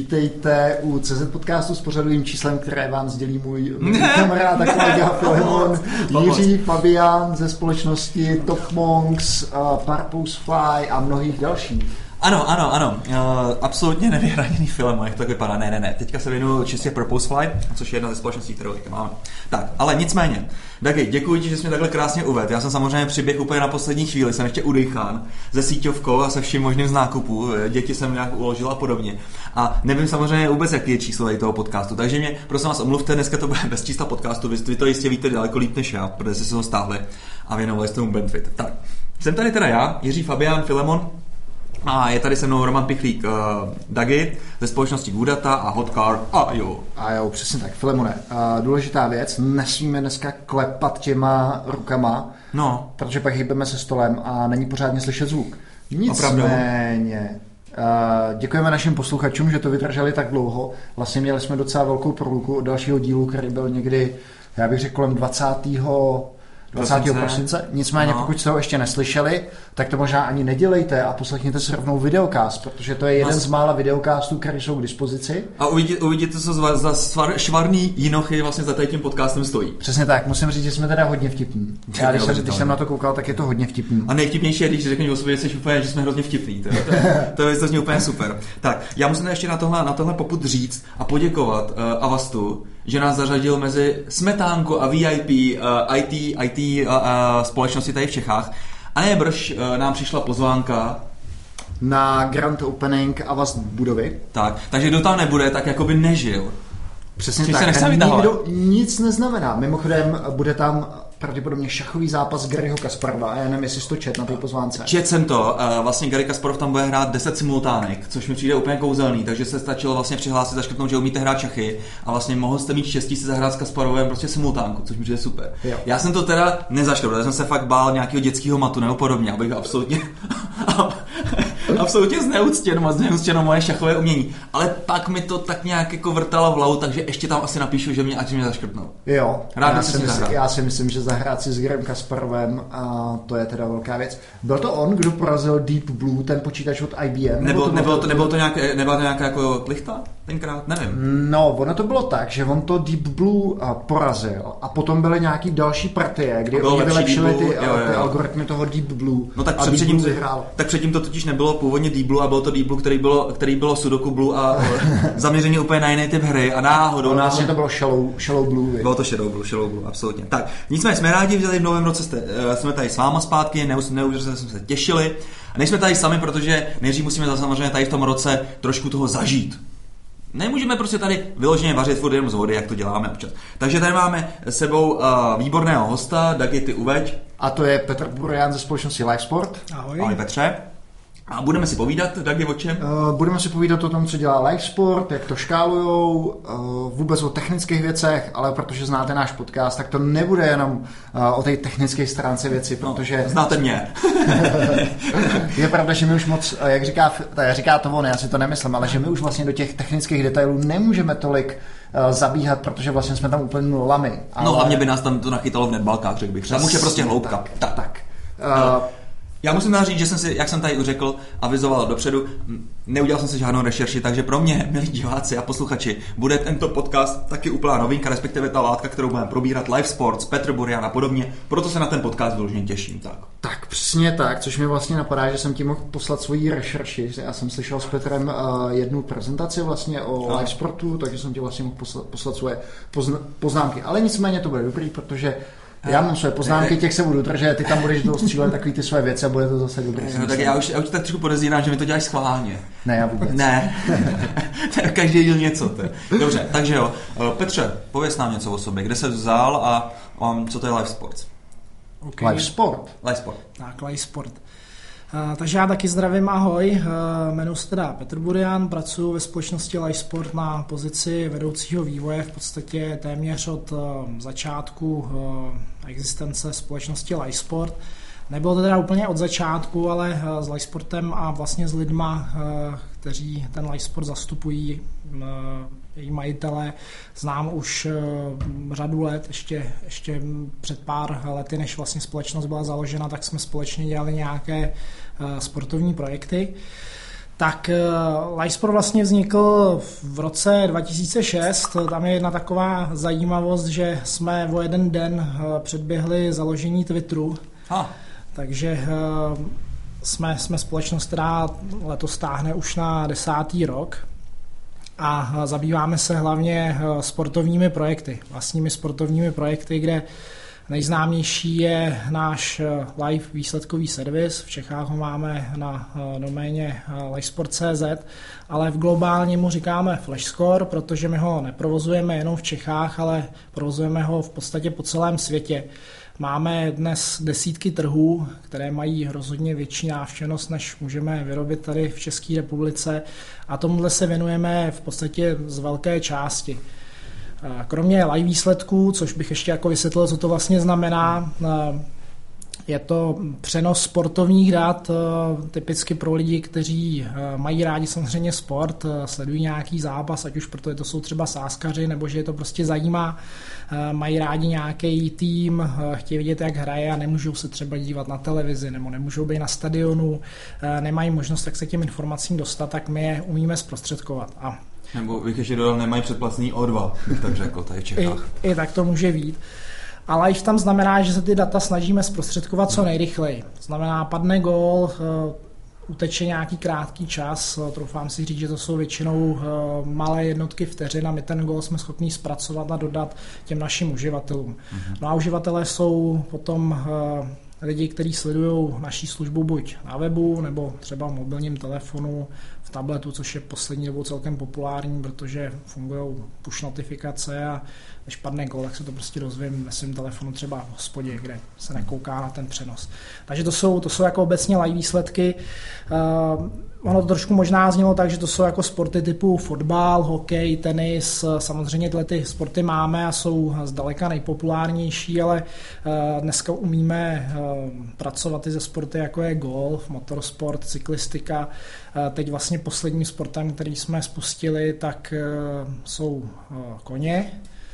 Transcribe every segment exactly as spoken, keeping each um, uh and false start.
Vítejte u C Z podcastu s pořadovým číslem, které vám sdělí můj kamarád a kolega Filemon, Jiří Fabián ze společnosti Top Monks, uh, Purpose Fly a mnohých dalších. Ano, ano, ano. Uh, absolutně nevyhraněný film, jak to tak vypadá. Ne, ne, ne. Teďka se věnuju čistě Purpose Fly, což je jedna ze společností, kterou teďka máme. Tak, ale nicméně. Dagi, děkuji ti, že jsi mě takhle krásně uvedl. Já jsem samozřejmě přiběh úplně na poslední chvíli, jsem ještě udýchán se síťovkou a se vším možným z nákupů. Děti jsem nějak uložil a podobně. A nevím samozřejmě vůbec, jaký je číslo toho podcastu. Takže mě, prosím vás, omluvte, dneska to bude bez čísla podcastu. Vy to jistě víte daleko líp než já, protože jste se ho stáhli a věnovali jste tomu benefit. Tak, jsem tady teda já, Jiří Fabián, Filemon. A je tady se mnou Roman Pichlík, uh, Dagi ze společnosti Goodata a Hotcar a jo. A jo, přesně tak. Filemone, uh, důležitá věc, nesmíme dneska klepat těma rukama, no. Protože pak hýbeme se stolem a není pořádně slyšet zvuk. Nicméně, uh, děkujeme našim posluchačům, že to vydrželi tak dlouho. Vlastně měli jsme docela velkou průluku od dalšího dílu, který byl někdy, já bych řekl, kolem dvacátého prosince. Nicméně, no. Pokud jste ho ještě neslyšeli, tak to možná ani nedělejte a poslechněte si rovnou videokast, protože to je jeden no. z mála videokastů, které jsou k dispozici. A uvidíte, uvidíte co za, za svar, švarný jinochy vlastně za tím podcastem stojí. Přesně tak, musím říct, že jsme teda hodně vtipní. Já když, jsem, když jsem na to koukal, tak je to hodně vtipný. A nejvtipnější je, když řekneš o sobě, že, úplně, že jsme hrozně vtipní. To, to, to je to zní úplně super. Tak, já musím ještě na tohle, na tohle popud říct a poděkovat uh, Avastu, že nás zařadil mezi smetánku a V I P uh, I T, I T uh, uh, společnosti tady v Čechách. A nebrž uh, nám přišla pozvánka na grand opening Avast budovy. Tak, takže kdo tam nebude, tak jakoby nežil. Přesně Čiž tak. Nikdo nic neznamená. Mimochodem bude tam pravděpodobně šachový zápas Garyho Kasparova. Já nevím, jestli jsi to čet na té pozvánce. Čet jsem to. Vlastně Gary Kasparov tam bude hrát deset simultánek, což mi přijde úplně kouzelný, takže se stačilo vlastně přihlásit, zaškrtnout, že umíte hrát šachy a vlastně mohl jste mít štěstí se zahrát s Kasparovem prostě simultánku, což mi přijde super. Jo. Já jsem to teda nezaškrtl, protože jsem se fakt bál nějakého dětského matu nebo podobně, abych absolutně absolutně zneuctěno a zneuctěno moje šachové umění. Ale pak mi to tak nějak jako vrtalo v hlavu, takže ještě tam asi napíšu, že mě ať mě zaškrtnou. Jo, Rád já, si myslím, já si myslím, že zahrát si s Garym Kasparovem a to je teda velká věc. Byl to on, kdo porazil Deep Blue, ten počítač od I B M? Nebo to nebylo to, nebylo to nějaké, nebyla to nějaká jako klichta tenkrát? Nevím. No, ono to bylo tak, že on to Deep Blue porazil a potom byly nějaký další partie, kdy oni vylepšili ty, jo, jo, jo. ty algoritmy toho Deep Blue. No tak před, předtím, tak předtím to totiž nebylo původně Deep Blue a bylo to Deep Blue, který bylo, který bylo Sudoku Blue a zaměření úplně na jiný typ hry a náhodou. No, vlastně to bylo Shallow, shallow Blue. Vy. Bylo to Shadow Blue, Shallow Blue, absolutně. Tak, nicméně jsme rádi, že tady v novém roce jste, jsme tady s váma zpátky, neuvěřitelně jsme se těšili. A nejsme tady sami, protože nejdřív musíme samozřejmě tady v tom roce trošku toho zažít. Nemůžeme prostě tady vyloženě vařit furt jenom z vody, jak to děláme občas. Takže tady máme s sebou uh, výborného hosta, Dagi, ty uveď. A to je Petr Burian ze společnosti Livesport. Ahoj. Ahoj Petře. A budeme si povídat, Dagi, o čem? Uh, budeme si povídat o tom, co dělá Livesport, jak to škálujou, uh, vůbec o technických věcech, ale protože znáte náš podcast, tak to nebude jenom uh, o té technické stránce věci, protože... No, znáte mě. Je pravda, že my už moc, jak říká, tak říká to on, já si to nemyslím, ale že my už vlastně do těch technických detailů nemůžeme tolik uh, zabíhat, protože vlastně jsme tam úplně nulami. Ale... No hlavně by nás tam to nachytalo v netbalkách, řekl bych. Tam už je prostě hloubka. Tak, tak. tak. Uh, Já musím nám říct, že jsem si, jak jsem tady už řekl, avizoval dopředu, neudělal jsem si žádnou rešerši, takže pro mě, milí diváci a posluchači, bude tento podcast taky úplná novinka, respektive ta látka, kterou budeme probírat, Live Sports, Petr Burian a podobně, proto se na ten podcast vyloženě těším. Tak. tak přesně tak, což mi vlastně napadá, že jsem ti mohl poslat svoji rešerši. Já jsem slyšel s Petrem uh, jednu prezentaci vlastně o no. Live Sportu, takže jsem ti vlastně mohl poslat, poslat svoje pozna- poznámky. Ale nicméně to bude dobrý, protože já mám své poznámky, těch se budu držet, ty tam budeš toho střílet takový ty své věci a bude to zase dobrý. No, tak já už, já už tak trošku podezírám, že mi to děláš schválně. Ne, já vůbec. Ne, každý díl něco. To. Dobře, takže jo. Petře, pověz nám něco o sobě, kde se vzal a um, co to je Live Sports? Okay. Live Sport. Live Sport. Tak, Live Sport. Uh, takže já taky zdravím, ahoj. Uh, jmenuji se teda Petr Burian, pracuji ve společnosti Live Sport na pozici vedoucího vývoje v podstatě téměř od uh, začátku uh, existence společnosti Live Sport. Nebylo to teda úplně od začátku, ale uh, s Live Sportem a vlastně s lidma, uh, kteří ten Live Sport zastupují, uh, její majitele, znám už uh, řadu let, ještě, ještě před pár lety, než vlastně společnost byla založena, tak jsme společně dělali nějaké uh, sportovní projekty. Tak LiveSport vlastně vznikl v roce dva tisíce šest. Tam je jedna taková zajímavost, že jsme o jeden den předběhli založení Twitteru. Ha. Takže jsme, jsme společnost, která letos táhne už na desátý rok. A zabýváme se hlavně sportovními projekty, vlastními sportovními projekty, kde nejznámější je náš live výsledkový servis. V Čechách ho máme na doméně livesport tečka cé zet, ale v globálně mu říkáme FlashScore, protože my ho neprovozujeme jenom v Čechách, ale provozujeme ho v podstatě po celém světě. Máme dnes desítky trhů, které mají rozhodně větší návštěvnost, než můžeme vyrobit tady v České republice, a tomuhle se věnujeme v podstatě z velké části. Kromě live výsledků, což bych ještě jako vysvětlil, co to vlastně znamená, je to přenos sportovních dat, typicky pro lidi, kteří mají rádi samozřejmě sport, sledují nějaký zápas, ať už protože to jsou třeba sázkaři, nebo že je to prostě zajímá, mají rádi nějaký tým, chtějí vidět, jak hraje a nemůžou se třeba dívat na televizi, nebo nemůžou být na stadionu, nemají možnost, jak se k těm informacím dostat, tak my je umíme zprostředkovat. A nebo bych ještě dodal, nemají předplacený O dva, bych tak řekl, tady v Čechách. I, I tak to může být. A live tam znamená, že se ty data snažíme zprostředkovat co nejrychleji. To znamená, padne gól, uteče nějaký krátký čas, troufám si říct, že to jsou většinou malé jednotky vteřin a my ten gól jsme schopni zpracovat a dodat těm našim uživatelům. Mm-hmm. No a uživatelé jsou potom lidi, kteří sledují naší službu buď na webu, nebo třeba v mobilním telefonu, v tabletu, což je poslední dobou celkem populární, protože fungují push notifikace a když padne gól, tak se to prostě dozvím ve svém telefonu třeba v hospodě, kde se nekouká na ten přenos. Takže to jsou, to jsou jako obecně live výsledky. Uh, ono to trošku možná znělo tak, že to jsou jako sporty typu fotbal, hokej, tenis. Samozřejmě tyhle ty sporty máme a jsou zdaleka nejpopulárnější, ale uh, dneska umíme uh, pracovat i ze sporty, jako je golf, motorsport, cyklistika. Uh, teď vlastně posledním sportem, který jsme spustili, tak uh, jsou uh, koně.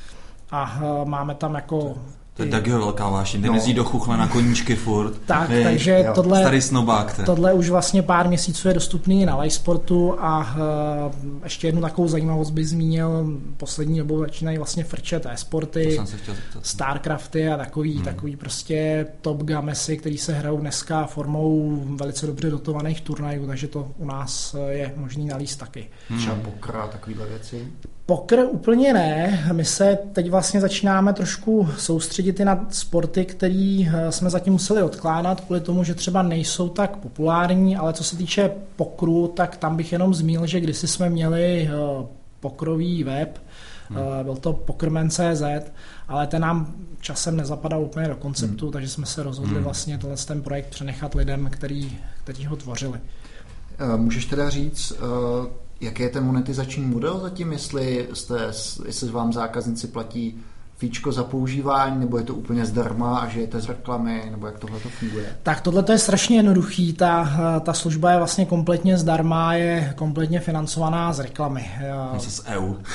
A uh, máme tam jako... To je taky velká vášeň, ten jezdí do Chuchle na koníčky furt. Tak, je, takže tohle, starý snobák. Tohle už vlastně pár měsíců je dostupný na LiveSportu a uh, ještě jednu takovou zajímavost bych zmínil, poslední dobou začínají vlastně frčet e-sporty, Starcrafty a takový, hmm. takový prostě top gamesy, který se hrajou dneska formou velice dobře dotovaných turnajů, takže to u nás je možný nalíst taky. Hmm. Třeba pokr a takovýhle věci? Pokr úplně ne, my se teď vlastně začínáme trošku soustředit i na sporty, které jsme zatím museli odkládat kvůli tomu, že třeba nejsou tak populární, ale co se týče pokru, tak tam bych jenom zmínil, že kdysi jsme měli pokrový web, hmm. byl to pokerman tečka cé zet, ale ten nám časem nezapadal úplně do konceptu, hmm. takže jsme se rozhodli hmm. vlastně tenhle ten projekt přenechat lidem, který, kteří ho tvořili. Můžeš teda říct, jaký je ten monetizační model zatím, jestli, jste, jestli vám zákazníci platí fíčko za používání, nebo je to úplně zdarma a žijete z reklamy, nebo jak tohle to funguje? Tak tohle je strašně jednoduchý, ta, ta služba je vlastně kompletně zdarma, je kompletně financovaná z reklamy. Něco z E U.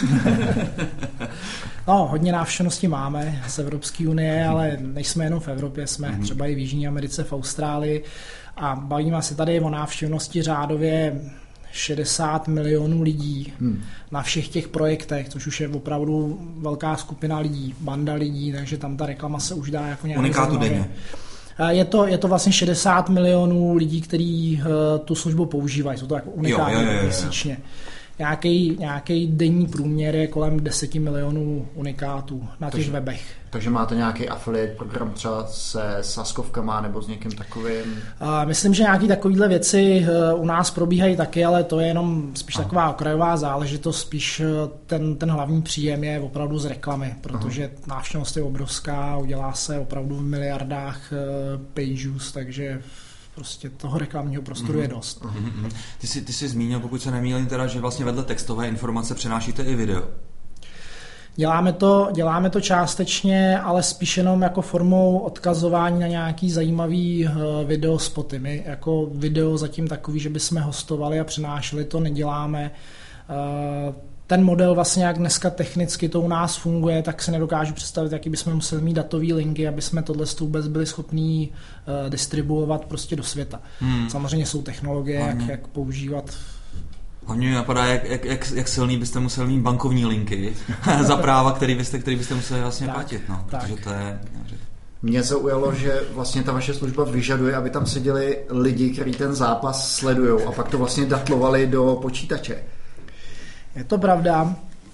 No, hodně návštěvnosti máme z Evropské unie, ale nejsme jenom v Evropě, jsme mm-hmm. třeba i v Jižní Americe, v Austrálii a bavíme se tady o návštěvnosti řádově šedesát milionů lidí hmm. na všech těch projektech, což už je opravdu velká skupina lidí, banda lidí, takže tam ta reklama se už dá jako nějak unikátu denně. Je to, je to vlastně šedesát milionů lidí, kteří uh, tu službu používají, jsou to jako unikáty měsíčně. Nějaký, nějaký denní průměr je kolem deset milionů unikátů na těch takže, webech. Takže máte nějaký affiliate program třeba se sázkovkama nebo s někým takovým? Uh, myslím, že nějaké takovéhle věci uh, u nás probíhají taky, ale to je jenom spíš Aha. taková okrajová záležitost, spíš uh, ten, ten hlavní příjem je opravdu z reklamy, protože Aha. návštěvnost je obrovská, udělá se opravdu v miliardách uh, pages, takže prostě toho reklamního prostoru mm-hmm. je dost. Mm-hmm. Ty jsi, ty jsi zmínil, pokud se nemýlím, teda, že vlastně vedle textové informace přenášíte i video. Děláme to, děláme to částečně, ale spíš jenom jako formou odkazování na nějaký zajímavý uh, videospoty. My jako video zatím takový, že bychom hostovali a přenášeli, to neděláme. Uh, ten model vlastně, jak dneska technicky to u nás funguje, tak se nedokážu představit, jaký bychom museli mít datový linky, aby jsme tohle vůbec byli schopní uh, distribuovat prostě do světa. Hmm. Samozřejmě jsou technologie, jak, jak používat A mě napadá, jak, jak, jak, jak silný byste museli mít bankovní linky za práva, který byste, který byste museli vlastně tak, platit, no, protože tak. to je... Mě zaujalo, že vlastně ta vaše služba vyžaduje, aby tam seděli lidi, kteří ten zápas sledujou a pak to vlastně datlovali do počítače. Je to pravda.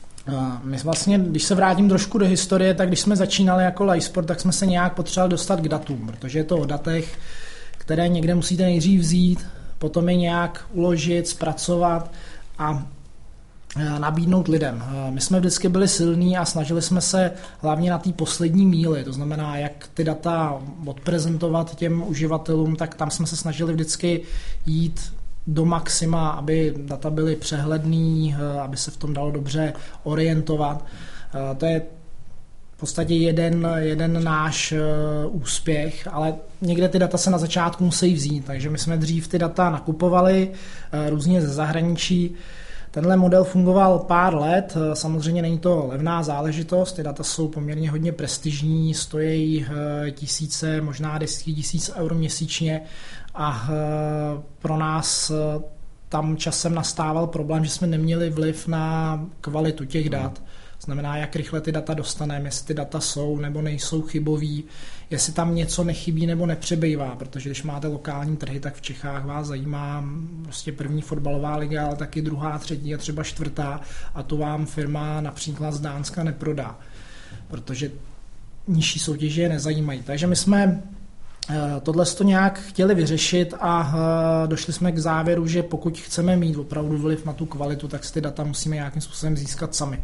My vlastně, když se vrátím trošku do historie, tak když jsme začínali jako LiveSport, tak jsme se nějak potřebovali dostat k datům, protože je to o datech, které někde musíte nejdřív vzít, potom je nějak uložit, zpracovat a nabídnout lidem. My jsme vždycky byli silní a snažili jsme se hlavně na té poslední míli, to znamená, jak ty data odprezentovat těm uživatelům, tak tam jsme se snažili vždycky jít do maxima, aby data byly přehledný, aby se v tom dalo dobře orientovat. To je v podstatě jeden, jeden náš úspěch, ale někde ty data se na začátku musí vzít, takže my jsme dřív ty data nakupovali různě ze zahraničí. Tenhle model fungoval pár let, samozřejmě není to levná záležitost, ty data jsou poměrně hodně prestižní, stojí tisíce, možná desítky tisíc eur měsíčně a pro nás tam časem nastával problém, že jsme neměli vliv na kvalitu těch dat. Znamená, jak rychle ty data dostaneme, jestli ty data jsou nebo nejsou chybový, jestli tam něco nechybí nebo nepřebývá, protože když máte lokální trhy, tak v Čechách vás zajímá prostě první fotbalová liga, ale taky druhá, třetí a třeba čtvrtá a to vám firma například z Dánska neprodá, protože nižší soutěže je nezajímají. Takže my jsme tohle to nějak chtěli vyřešit a došli jsme k závěru, že pokud chceme mít opravdu vliv na tu kvalitu, tak si ty data musíme nějakým způsobem získat sami.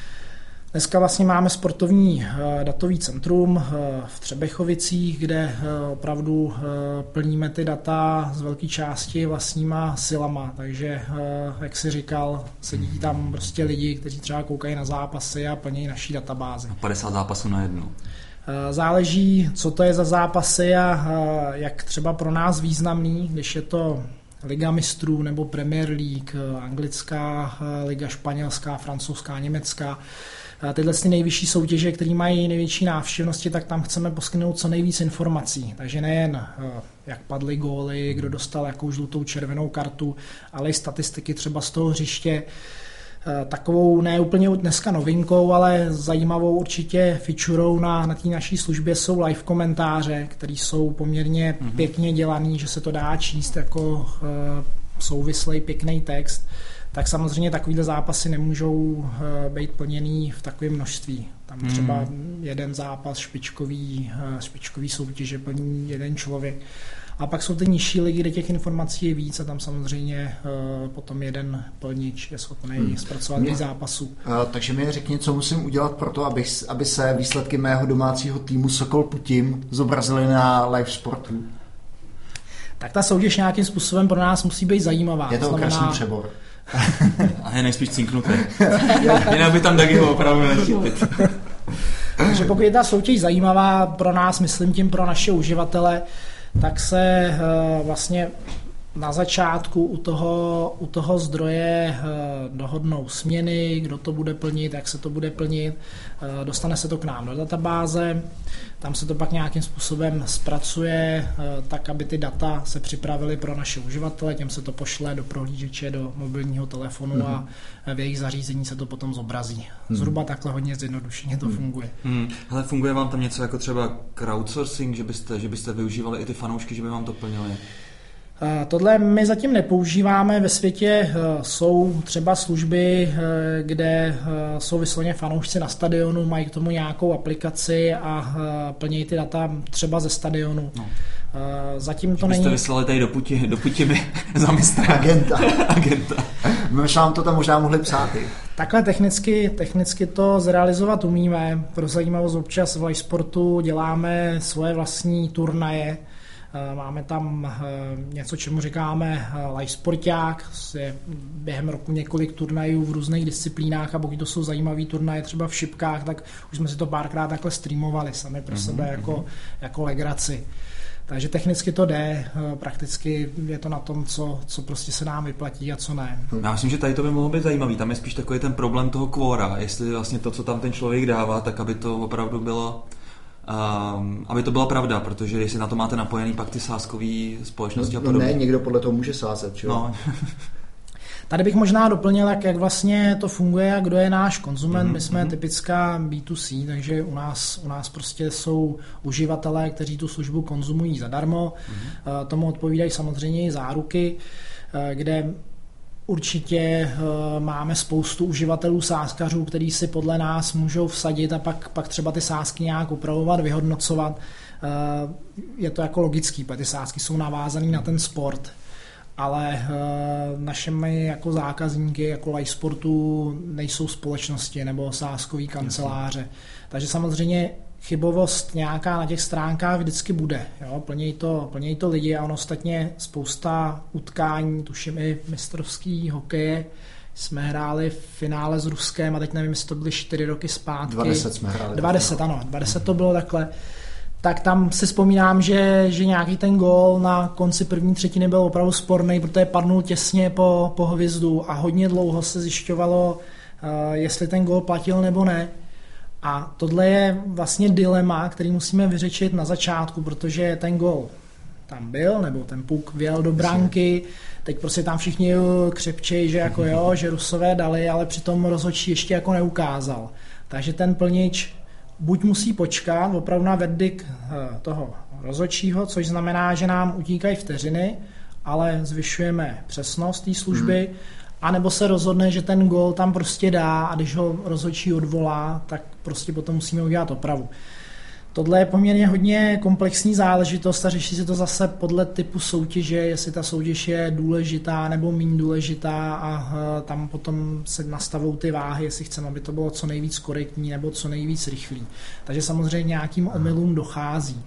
Dneska vlastně máme sportovní datový centrum v Třebechovicích, kde opravdu plníme ty data z velké části vlastníma silama, takže jak si říkal, sedí tam prostě lidi, kteří třeba koukají na zápasy a plní naší databázi. padesát zápasů na jednu. Záleží, co to je za zápasy a jak třeba pro nás významný, když je to Liga mistrů nebo Premier League, anglická liga, španělská, francouzská, německá. Tyhle ty nejvyšší soutěže, které mají největší návštěvnosti, tak tam chceme poskytnout co nejvíc informací. Takže nejen jak padly góly, kdo dostal jakou žlutou, červenou kartu, ale i statistiky třeba z toho hřiště. Takovou ne úplně dneska novinkou, ale zajímavou určitě featurou na, na té naší službě jsou live komentáře, které jsou poměrně mm-hmm. pěkně dělaný, že se to dá číst jako uh, souvislej pěkný text. Tak samozřejmě takovýhle zápasy nemůžou uh, být plněný v takovém množství. Tam třeba mm. jeden zápas špičkový, uh, špičkový soutěže plní jeden člověk. A pak jsou ty nižší ligy, kde těch informací je víc a tam samozřejmě uh, potom jeden plnič je schopný hmm. zpracovat těch zápasů. Uh, takže mi řekni, co musím udělat pro to, aby, aby se výsledky mého domácího týmu Sokol Putim zobrazily na live sportu. Tak ta soutěž nějakým způsobem pro nás musí být zajímavá. Je to znamená... krásný přebor. A je nejspíš cinknutý. Jinak by tam Dagiho opravdu nechtěpit. Takže pokud je ta soutěž zajímavá pro nás, myslím tím pro naše uživatele, tak se uh, vlastně na začátku u toho, u toho zdroje uh, dohodnou směny, kdo to bude plnit, jak se to bude plnit, uh, dostane se to k nám do databáze, tam se to pak nějakým způsobem zpracuje uh, tak, aby ty data se připravily pro naše uživatele, těm se to pošle do prohlížeče, do mobilního telefonu mm. a v jejich zařízení se to potom zobrazí. Mm. Zhruba takhle hodně zjednodušeně to mm. funguje. Mm. Ale funguje vám tam něco jako třeba crowdsourcing, že byste, že byste využívali i ty fanoušky, že by vám to plnili? Tohle my zatím nepoužíváme. Ve světě jsou třeba služby, kde jsou vysloveně fanoušci na stadionu, mají k tomu nějakou aplikaci a plnějí ty data třeba ze stadionu. No. Zatím to není... Jste vyslali tady do Puti, do Putimi za mistra. Agenta. Agenta. My jsme vám to tam možná mohli psát. Takhle technicky, technicky to zrealizovat umíme. Pro zajímavost občas v LiveSportu děláme svoje vlastní turnaje. Máme tam něco, čemu říkáme LiveSporták, je během roku několik turnajů v různých disciplínách a pokud to jsou zajímavý turnaje třeba v šipkách, tak už jsme si to párkrát takhle streamovali sami pro mm-hmm. sebe jako, jako legraci. Takže technicky to jde, prakticky je to na tom, co, co prostě se nám vyplatí a co ne. Já myslím, že tady to by mohlo být zajímavý, tam je spíš takový ten problém toho kvóra, jestli vlastně to, co tam ten člověk dává, tak aby to opravdu bylo... Um, aby to byla pravda, protože jestli na to máte napojený pak ty sázkový společnosti no, a podobně. No ne, někdo podle toho může sázet, čo? No. Tady bych možná doplnil, jak, jak vlastně to funguje a kdo je náš konzument. Mm-hmm. My jsme typická bé dvě cé, takže u nás, u nás prostě jsou uživatelé, kteří tu službu konzumují zadarmo. Mm-hmm. Tomu odpovídají samozřejmě i záruky, kde určitě máme spoustu uživatelů sázkařů, kteří si podle nás můžou vsadit a pak, pak třeba ty sázky nějak upravovat, vyhodnocovat. Je to jako logický, protože ty sázky jsou navázané na ten sport, ale našimi jako zákazníky, jako live sportu nejsou společnosti nebo sázkové kanceláře. Takže samozřejmě chybovost nějaká na těch stránkách vždycky bude. Jo? Plnějí to, plnějí to lidi a on ostatně spousta utkání, tuším i mistrovský hokeje, jsme hráli v finále s Ruskem a teď nevím, jestli to byly čtyři roky zpátky. dvacet jsme hráli. dvacet, ano, dvacet to bylo takhle. Tak tam si vzpomínám, že, že nějaký ten gól na konci první třetiny byl opravdu sporný, protože padnul těsně po, po hvězdu a hodně dlouho se zjišťovalo, uh, jestli ten gól platil nebo ne. A tohle je vlastně dilema, který musíme vyřešit na začátku, protože ten gól tam byl, nebo ten puk vjel do branky, teď prostě tam všichni křepčejí, že jako jo, že Rusové dali, ale přitom rozhodčí ještě jako neukázal. Takže ten plnič buď musí počkat opravdu na verdikt toho rozhodčího, což znamená, že nám utíkají vteřiny, ale zvyšujeme přesnost té služby, hmm. anebo se rozhodne, že ten gól tam prostě dá a když ho rozhodčí odvolá, tak prostě potom musíme udělat opravu. Tohle je poměrně hodně komplexní záležitost a řeší se to zase podle typu soutěže, jestli ta soutěž je důležitá nebo méně důležitá a tam potom se nastavou ty váhy, jestli chceme, aby to bylo co nejvíc korektní nebo co nejvíc rychlý. Takže samozřejmě nějakým omylům dochází.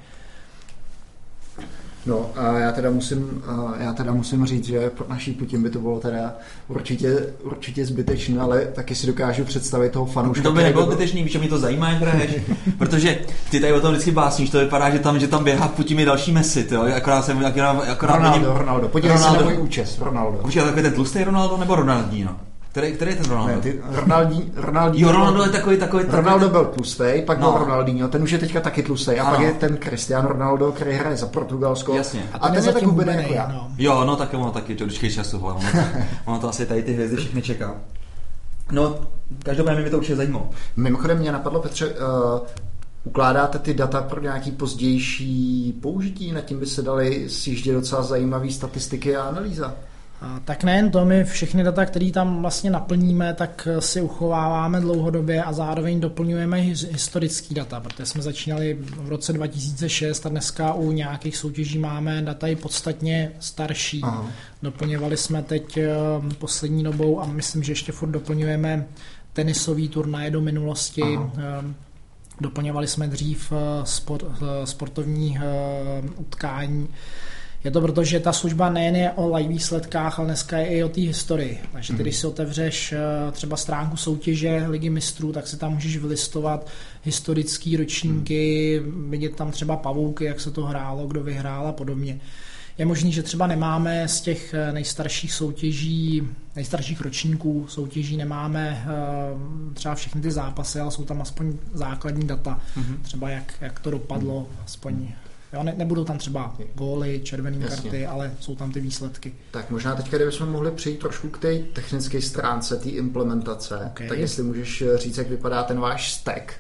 No a já teda musím, já teda musím říct, že pro naší Putin by to bylo teda určitě, určitě zbytečné, ale taky si dokážu představit toho fanouška. To by nebylo zbytečný, víš, že mě to zajímá, jak hraješ, protože ty tady o tom vždycky básníš, to vypadá, že tam, že tam běhá v Putin další Messi, jo, akorát jsem, akorát, akorát Ronaldo, vidím... Ronaldo, podívej se na můj účes, Ronaldo. Počkej, takový ten tlustý Ronaldo nebo Ronaldinho? Který, který je ten Ronaldo? Ne, ty, Ronaldi, Ronaldinho, jo, Ronaldo je takový, takový, takový Ronaldo ten... byl tlustý, pak no. byl Ronaldinho, ten už je teďka taky tlustý, a ano. Pak je ten Cristiano Ronaldo, který hraje za Portugalsko. Jasně. A, a ten, ten je tak hubený jako já. No. Jo, no tak ono taky, počkej času, ono to, ono to asi tady ty hvězdy všechny čeká. No, každopádně mi to určitě zajímalo. Mimochodem mě napadlo, Petře, uh, ukládáte ty data pro nějaký pozdější použití, nad tím by se daly sjíždět docela zajímavé statistiky a analýza. A tak nejen to, my všechny data, které tam vlastně naplníme, tak si uchováváme dlouhodobě a zároveň doplňujeme historické data, protože jsme začínali v roce dva tisíce šest a dneska u nějakých soutěží máme data i podstatně starší. Aha. Doplňovali jsme teď poslední dobou a myslím, že ještě furt doplňujeme tenisový turnaje do minulosti. Aha. Doplňovali jsme dřív sport, sportovní utkání. Je to proto, že ta služba nejen je o live výsledkách, ale dneska je i o té historii. Takže ty, když si otevřeš třeba stránku soutěže Ligy mistrů, tak si tam můžeš vylistovat historické ročníky, vidět tam třeba pavouky, jak se to hrálo, kdo vyhrál a podobně. Je možný, že třeba nemáme z těch nejstarších soutěží, nejstarších ročníků soutěží nemáme třeba všechny ty zápasy, ale jsou tam aspoň základní data, třeba jak, jak to dopadlo, aspoň... Jo, ne, nebudou tam třeba góly, červené karty, ale jsou tam ty výsledky. Tak možná teďka, kdybychom mohli přejít trošku k té technické stránce, té implementace, okay. Tak jestli můžeš říct, jak vypadá ten váš stack?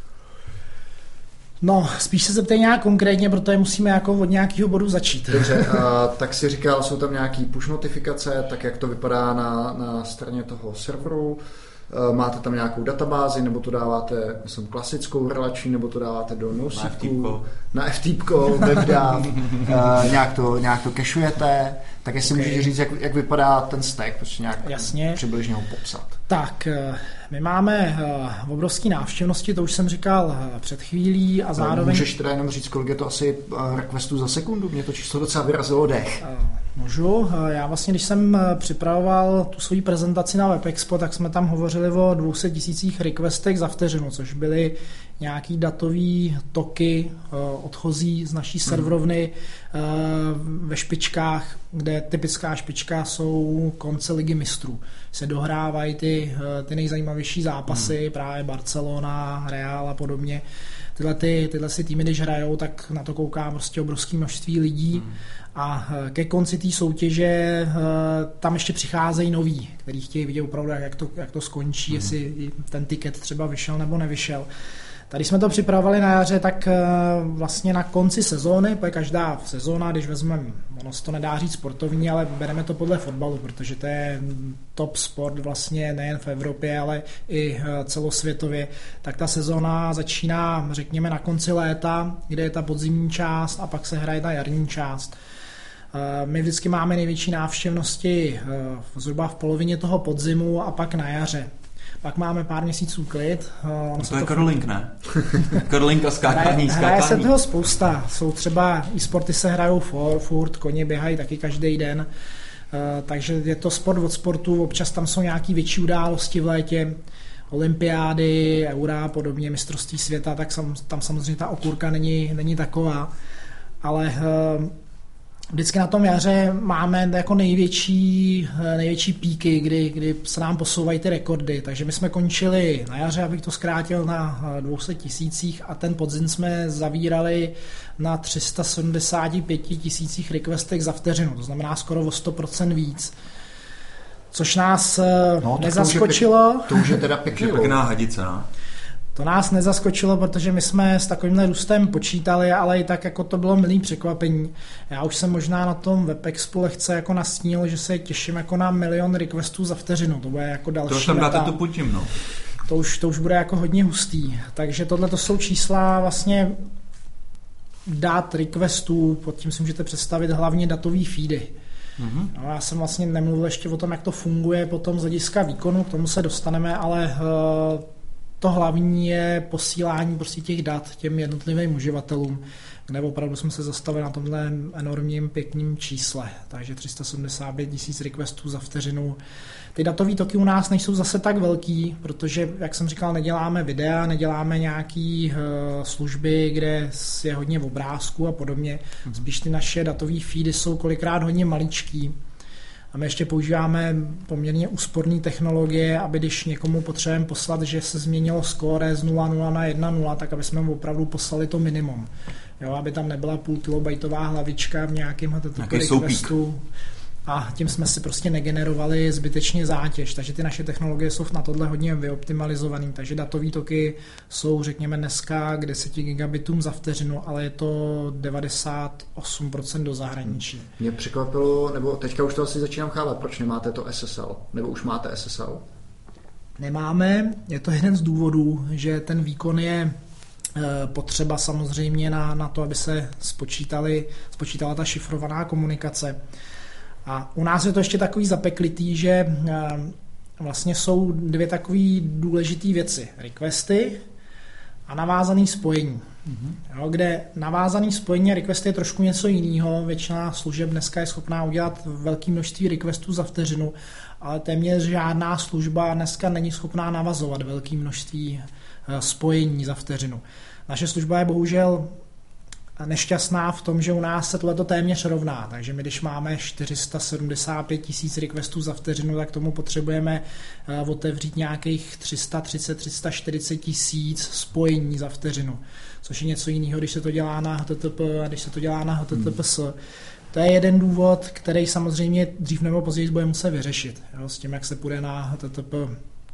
No, spíš se zeptej nějak konkrétně, protože musíme jako od nějakého bodu začít. Dobře, a, tak si říkal, jsou tam nějaký push notifikace, tak jak to vypadá na, na straně toho serveru, máte tam nějakou databázi, nebo to dáváte, myslím, klasickou relační, nebo to dáváte do NoSQL, na F T P, webdav, uh, nějak to, nějak to cashujete, tak jestli okay. Můžeš říct, jak, jak vypadá ten stack, prostě nějak Jasně. Přibližně ho popsat. Tak, my máme uh, obrovské návštěvnosti, to už jsem říkal uh, před chvílí a zároveň... Můžeš teda jenom říct, kolik je to asi uh, requestů za sekundu? Mě to číslo docela vyrazilo dech. Uh, můžu. Uh, já vlastně, když jsem uh, připravoval tu svoji prezentaci na WebExpo, tak jsme tam hovořili o dvě stě tisících requestech za vteřinu, což byly nějaký datový toky uh, odchozí z naší serverovny uh, ve špičkách, kde typická špička jsou konce Ligy mistrů. Se dohrávají ty, ty nejzajímavější zápasy, hmm. právě Barcelona, Real a podobně. tyhle, ty, tyhle si týmy, když hrajou, tak na to kouká prostě obrovské množství lidí. Hmm. A ke konci té soutěže tam ještě přicházejí noví, kteří chtějí vidět opravdu, jak to, jak to skončí, hmm. jestli ten tiket třeba vyšel nebo nevyšel. Tady jsme to připravovali na jaře, tak vlastně na konci sezóny, protože každá sezóna, když vezmeme, ono se to nedá říct sportovní, ale bereme to podle fotbalu, protože to je top sport vlastně nejen v Evropě, ale i celosvětově, tak ta sezóna začíná, řekněme, na konci léta, kde je ta podzimní část a pak se hraje ta jarní část. My vždycky máme největší návštěvnosti zhruba v polovině toho podzimu a pak na jaře. Pak máme pár měsíců klid. No to je to curling, ne? Curling a skákání, skákání. Hraje se toho spousta. Jsou třeba i sporty se hrajou for, furt, koně běhají taky každý den. Takže je to sport od sportu, občas tam jsou nějaké větší události v létě, olympiády, eura, podobně mistrovství světa, tak tam samozřejmě ta okurka není, není taková. Ale vždycky na tom jaře máme jako největší, největší píky, kdy, kdy se nám posouvají ty rekordy. Takže my jsme končili na jaře, abych to zkrátil, na dvě stě tisících a ten podzim jsme zavírali na tři sta sedmdesát pět tisících requestech za vteřinu. To znamená skoro o sto procent víc. Což nás no, nezaskočilo. To už je teda pěkný. Pěkná hadice, no. To nás nezaskočilo, protože my jsme s takovýmhle růstem počítali, ale i tak jako to bylo milý překvapení. Já už jsem možná na tom WebExpu lehce jako nastínil, že se těším jako na milion requestů za vteřinu. To bude jako další. To už tam dáte tu putím, no. To už, to už bude jako hodně hustý. Takže tohle to jsou čísla vlastně dát requestů, pod tím si můžete představit hlavně datový feedy. Mm-hmm. No, já jsem vlastně nemluvil ještě o tom, jak to funguje potom z hlediska výkonu, k tomu se dostaneme, ale uh, to hlavní je posílání prostě těch dat těm jednotlivým uživatelům, kde opravdu jsme se zastavili na tomhle enormním pěkným čísle. Takže tři sta sedmdesát pět tisíc requestů za vteřinu. Ty datové toky u nás nejsou zase tak velký, protože, jak jsem říkal, neděláme videa, neděláme nějaké uh, služby, kde je hodně obrázků a podobně. Spíš ty naše datové feedy jsou kolikrát hodně maličký. A my ještě používáme poměrně úsporné technologie, aby když někomu potřebujeme poslat, že se změnilo skóre z nula nula na jedna nula, tak aby jsme mu opravdu poslali to minimum. Jo, aby tam nebyla půl kilobajtová hlavička v nějakém requestu. A tím jsme si prostě negenerovali zbytečně zátěž. Takže ty naše technologie jsou na tohle hodně vyoptimalizované. Takže datové toky jsou, řekněme, dneska k deseti gigabitům za vteřinu, ale je to devadesát osm procent do zahraničí. Mě překvapilo, nebo teďka už to asi začínám chápat, proč nemáte to S S L? Nebo už máte S S L? Nemáme. Je to jeden z důvodů, že ten výkon je potřeba samozřejmě na, na to, aby se spočítali, spočítala ta šifrovaná komunikace. A u nás je to ještě takový zapeklitý, že vlastně jsou dvě takové důležité věci. Requesty a navázané spojení. Mm-hmm. Jo, kde navázané spojení a requesty je trošku něco jiného. Většina služeb dneska je schopná udělat velké množství requestů za vteřinu, ale téměř žádná služba dneska není schopná navazovat velké množství spojení za vteřinu. Naše služba je bohužel nešťastná v tom, že u nás se tohleto téměř rovná, takže my když máme čtyři sta sedmdesát pět tisíc requestů za vteřinu, tak tomu potřebujeme otevřít nějakých tři sta třicet až tři sta čtyřicet tisíc spojení za vteřinu, což je něco jiného, když se to dělá na H T T P a když se to dělá na H T T P S. Hmm. To je jeden důvod, který samozřejmě dřív nebo později bude muset vyřešit, jo, s tím, jak se půjde na H T T P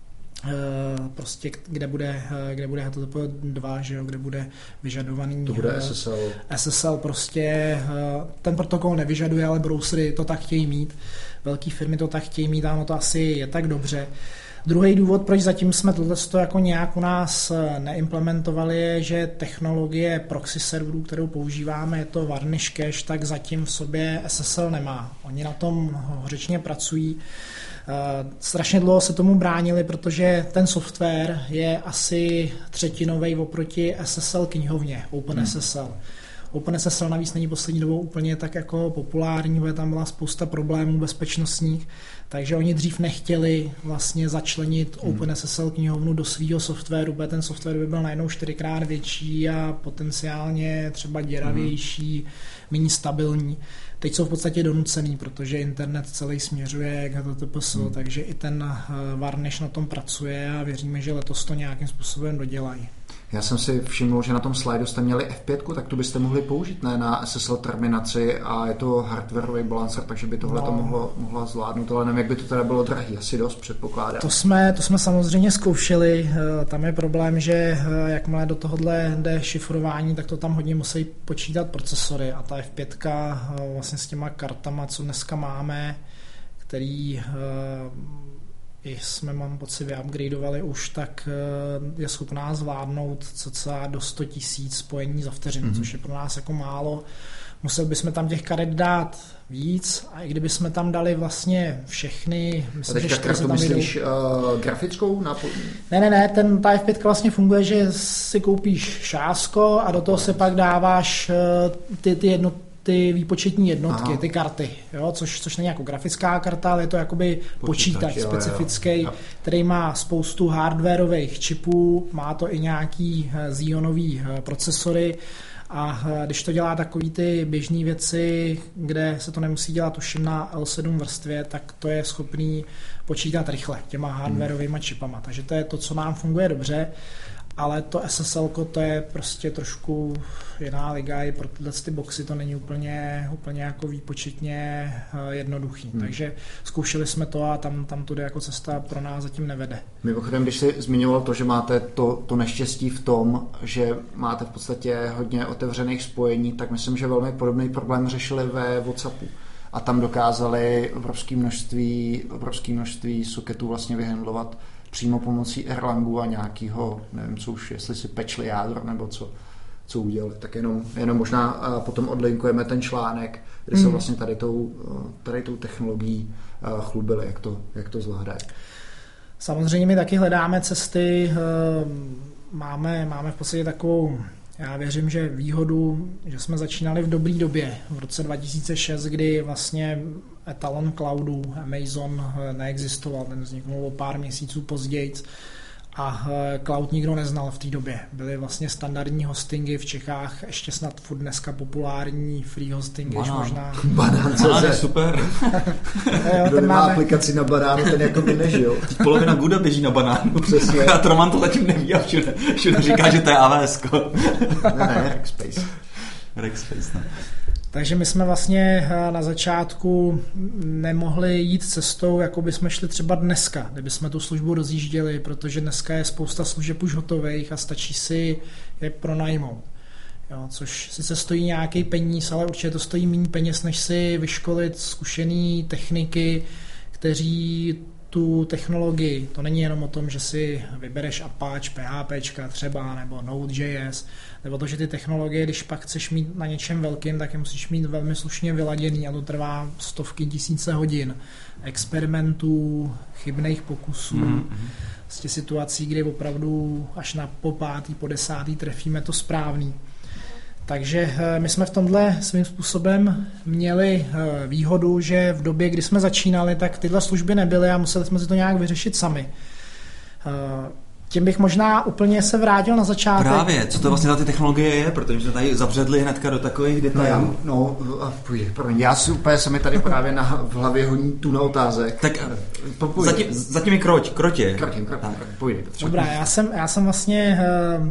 prostě kde bude, kde bude H T T P dva, že jo, kde bude vyžadovaný to bude S S L. S S L prostě ten protokol nevyžaduje, ale browsery to tak chtějí mít, velké firmy to tak chtějí mít a ono to asi je tak dobře. Druhý důvod, proč zatím jsme tohleto jako nějak u nás neimplementovali, je, že technologie proxy serverů, kterou používáme, je to Varnish Cache, tak zatím v sobě S S L nemá. Oni na tom hořečně pracují. Strašně dlouho se tomu bránili, protože ten software je asi třetinovej oproti S S L knihovně, OpenSSL. Hmm. OpenSSL navíc není poslední dobou úplně tak jako populární, protože tam byla spousta problémů bezpečnostních, takže oni dřív nechtěli vlastně začlenit hmm. OpenSSL knihovnu do svého softwaru, protože ten software by byl najednou čtyřikrát větší a potenciálně třeba děravější, hmm. méně stabilní. Teď jsou v podstatě donucený, protože internet celý směřuje k H T T P S, hmm. takže i ten Varnish na tom pracuje a věříme, že letos to nějakým způsobem dodělají. Já jsem si všiml, že na tom slajdu jste měli F pět, tak tu byste mohli použít, ne, na S S L terminaci a je to hardwareový balancer, takže by tohle no. to mohlo, mohlo zvládnout, ale nevím, jak by to teda bylo drahý, asi dost předpokládám. To jsme, to jsme samozřejmě zkoušeli, tam je problém, že jakmile do tohohle jde šifrování, tak to tam hodně musí počítat procesory a ta F pět vlastně s těma kartama, co dneska máme, který i jsme, mám pocit, vyupgradeovali už, tak je schopná zvládnout cca do sto tisíc spojení za vteřinu, mm-hmm. což je pro nás jako málo. Museli bychom tam těch karet dát víc a i kdyby jsme tam dali vlastně všechny... Myslím, a teďka kartu myslíš uh, grafickou? Nápo... Ne, ne, ne, ten, ta F pět vlastně funguje, že si koupíš šásko a do toho se pak dáváš uh, ty, ty jedno ty výpočetní jednotky, Aha. ty karty, jo, což, což není jako grafická karta, ale je to jakoby počítač, počítač specifický, který má spoustu hardwareových čipů, má to i nějaký Xeonový procesory a když to dělá takový ty běžné věci, kde se to nemusí dělat tuším na L sedm vrstvě, tak to je schopný počítat rychle těma hardwareovýma čipama, takže to je to, co nám funguje dobře. Ale to S S L to je prostě trošku jiná liga, i pro tyhle ty boxy to není úplně, úplně jako výpočetně jednoduchý. Hmm. Takže zkoušeli jsme to a tam, tam tudy jako cesta pro nás zatím nevede. Mimochodem, když jsi zmiňoval to, že máte to, to neštěstí v tom, že máte v podstatě hodně otevřených spojení, tak myslím, že velmi podobný problém řešili ve WhatsAppu. A tam dokázali obrovské množství, obrovské množství soketů vlastně vyhandlovat přímo pomocí Erlangu a nějakého, nevím co už, jestli si pečli jádro nebo co, co udělali. Tak jenom, jenom možná potom odlinkujeme ten článek, kde mm. se vlastně tady tou, tady tou technologií chlubili, jak to, jak to zvládají. Samozřejmě my taky hledáme cesty, máme, máme v podstatě takovou, já věřím, že výhodu, že jsme začínali v dobré době, v roce dva tisíce šest, kdy vlastně etalon cloudu Amazon neexistoval, ten vzniknul o pár měsíců později a cloud nikdo neznal v té době. Byly vlastně standardní hostingy v Čechách, ještě snad furt dneska populární free hostingy, Banán. možná... Banán, Banán je super. jo, Kdo nemá máme... aplikaci na banánu, ten jako by nežil. Teď polovina Guda běží na banánu. Přesně. A Roman to zatím neví a všude, všude říká, že to je A W S. ne, ne, Rackspace. Rackspace, ne. Takže my jsme vlastně na začátku nemohli jít cestou, jako by jsme šli třeba dneska, kdyby jsme tu službu rozjížděli, protože dneska je spousta služeb už hotových a stačí si je pronajmout. Jo, což sice stojí nějaký peníz, ale určitě to stojí méně peněz, než si vyškolit zkušený techniky, kteří tu technologii, to není jenom o tom, že si vybereš Apache, PHP třeba, nebo Node.js, nebo to, že ty technologie, když pak chceš mít na něčem velkým, tak je musíš mít velmi slušně vyladěný a to trvá stovky tisíce hodin experimentů, chybných pokusů, mm-hmm. z těch situací, kdy opravdu až na po pátý, po desátý trefíme to správný. Takže my jsme v tomhle svým způsobem měli výhodu, že v době, kdy jsme začínali, tak tyhle služby nebyly a museli jsme si to nějak vyřešit sami. Tím bych možná úplně se vrátil na začátek. Právě, co to vlastně za ty technologie je, protože jsme tady zabředli hnedka do takových detailů. No, no půjde, já si úplně se mi tady právě na, v hlavě honí tu na otázek. Tak zatím, zatím je kroť, krotě. Krotím, krotím, půjde. Dobrá, já jsem, já jsem vlastně...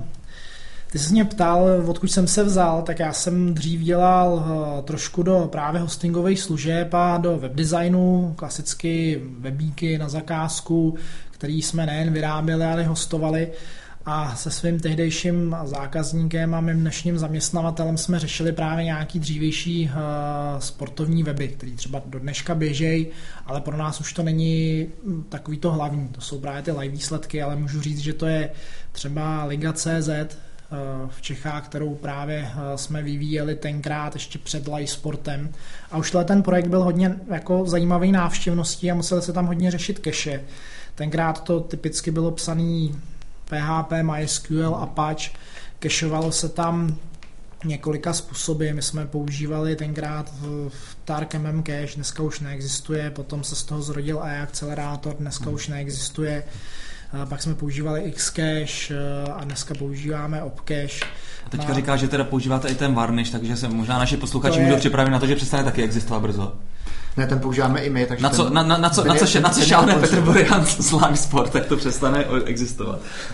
Ty jsi mě ptal, odkud jsem se vzal, tak já jsem dřív dělal uh, trošku do právě hostingových služeb a do webdesignu, klasicky webíky na zakázku, který jsme nejen vyráběli, ale hostovali. A se svým tehdejším zákazníkem a mým dnešním zaměstnavatelem jsme řešili právě nějaký dřívější uh, sportovní weby, který třeba do dneška běžejí, ale pro nás už to není takový to hlavní. To jsou právě ty live výsledky, ale můžu říct, že to je třeba Liga tečka cé zet v Čechách, kterou právě jsme vyvíjeli tenkrát ještě před live sportem. A už ten projekt byl hodně jako zajímavý návštěvností a museli se tam hodně řešit cache. Tenkrát to typicky bylo psaný P H P, MySQL, Apache. Cacheovalo se tam několika způsoby. My jsme používali tenkrát v Tark M M Cache, dneska už neexistuje, potom se z toho zrodil A I akcelerátor, dneska hmm. už neexistuje. Pak jsme používali Xcache a dneska používáme Opcache. A teďka na... říká, že teda používáte i ten Varnish, takže se možná naši posluchači můžou je... připravit na to, že přestane taky existovat brzo. Ne, ten používáme i my, takže na co, ten... na, na, na co, na co, na co šáhne Petr Burian z Live Sport, tak to přestane existovat.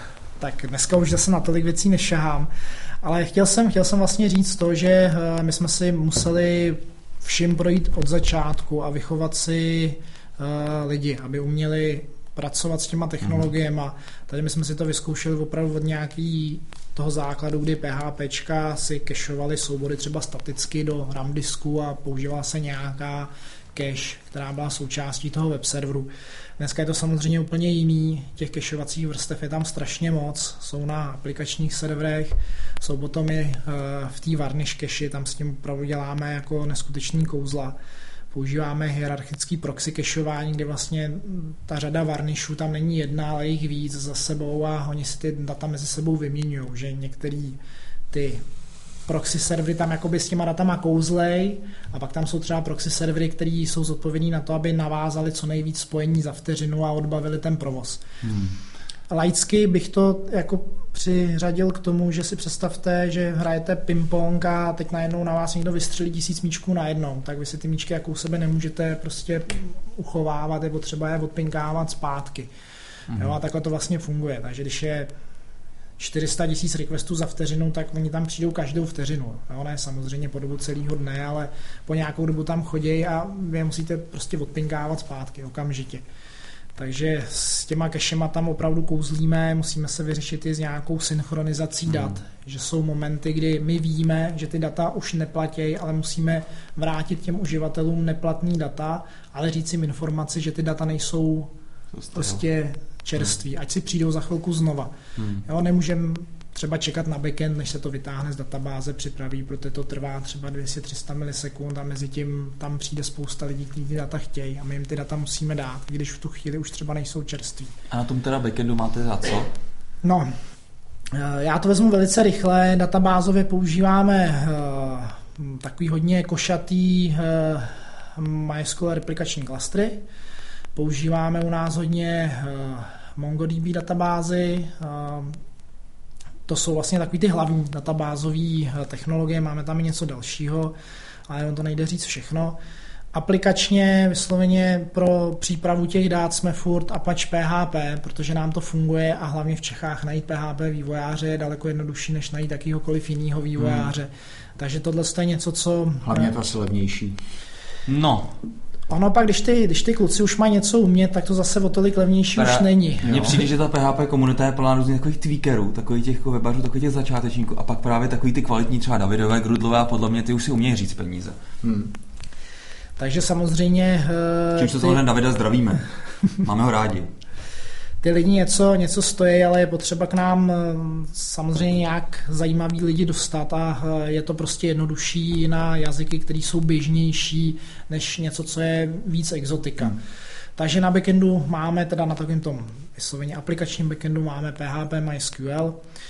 tak dneska už zase na tolik věcí nešahám, ale chtěl jsem, chtěl jsem vlastně říct to, že my jsme si museli všim projít od začátku a vychovat si uh, lidi, aby uměli pracovat s těma technologiemi. Tady my jsme si to vyzkoušeli opravdu od nějaký toho základu, kdy PHPčka si cacheovaly soubory třeba staticky do RAM disku a používala se nějaká cache, která byla součástí toho web serveru. Dneska je to samozřejmě úplně jiný, těch cacheovacích vrstev je tam strašně moc, jsou na aplikačních serverech, jsou potom i v té varnish cache, tam s tím opravdu děláme jako neskutečný kouzla. Používáme hierarchický proxy cacheování, kdy vlastně ta řada varnishů tam není jedna, ale jich víc za sebou a oni si ty data mezi sebou vyměňují, že některý ty proxy servery tam jakoby s těma datama kouzlej a pak tam jsou třeba proxy servery, které jsou zodpovědní na to, aby navázali co nejvíc spojení za vteřinu a odbavili ten provoz. Hmm. Laicky bych to jako přiřadil k tomu, že si představte, že hrajete ping-pong a teď najednou na vás někdo vystřelí tisíc míčků najednou, tak vy si ty míčky jako u sebe nemůžete prostě uchovávat, je potřeba je odpinkávat zpátky. Hmm. Jo, a takhle to vlastně funguje, takže když je čtyři sta tisíc requestů za vteřinu, tak oni tam přijdou každou vteřinu. Jo, ne samozřejmě po dobu celého dne, ale po nějakou dobu tam chodí a vy musíte prostě odpinkávat zpátky okamžitě. Takže s těma cachema tam opravdu kouzlíme, musíme se vyřešit i s nějakou synchronizací dat, hmm. že jsou momenty, kdy my víme, že ty data už neplatí, ale musíme vrátit těm uživatelům neplatný data, ale říct jim informaci, že ty data nejsou prostě čerství, ať si přijdou za chvilku znova. Hmm. Jo, nemůžeme třeba čekat na backend, než se to vytáhne z databáze, připraví, protože to trvá třeba dvě stě až tři sta milisekund a mezi tím tam přijde spousta lidí, kteří ty data chtějí a my jim ty data musíme dát, když v tu chvíli už třeba nejsou čerství. A na tom teda backendu máte za co? No, já to vezmu velice rychle. Databázově používáme uh, takový hodně košatý uh, MySQL replikační klastry. Používáme u nás hodně uh, MongoDB databázy. Uh, to jsou vlastně takový ty hlavní databázové technologie, máme tam i něco dalšího, ale to nejde říct všechno. Aplikačně vysloveně pro přípravu těch dat jsme furt Apache P H P, protože nám to funguje a hlavně v Čechách najít P H P vývojáře je daleko jednodušší, než najít jakýhokoliv jiného vývojáře. Hmm. Takže tohle je něco, co... Hlavně je to asi levnější. No... Ono pak, když ty, když ty kluci už mají něco umět, tak to zase o tolik levnější Para, už není. Mně přijde, že ta P H P komunita je plná různých takových tweakerů, takových těch jako webařů, takových těch začátečníků a pak právě takový ty kvalitní třeba Davidové, Grudlové a podle mě ty už si umějí říct peníze. Hmm. Takže samozřejmě... Čímž to ty... Davida zdravíme. Máme ho rádi. Ty lidi něco, něco stojí, ale je potřeba k nám samozřejmě nějak zajímavý lidi dostat a je to prostě jednodušší na jazyky, které jsou běžnější, než něco, co je víc exotika. Hmm. Takže na backendu máme, teda na takovém tom vysloveně aplikačním backendu máme P H P, MySQL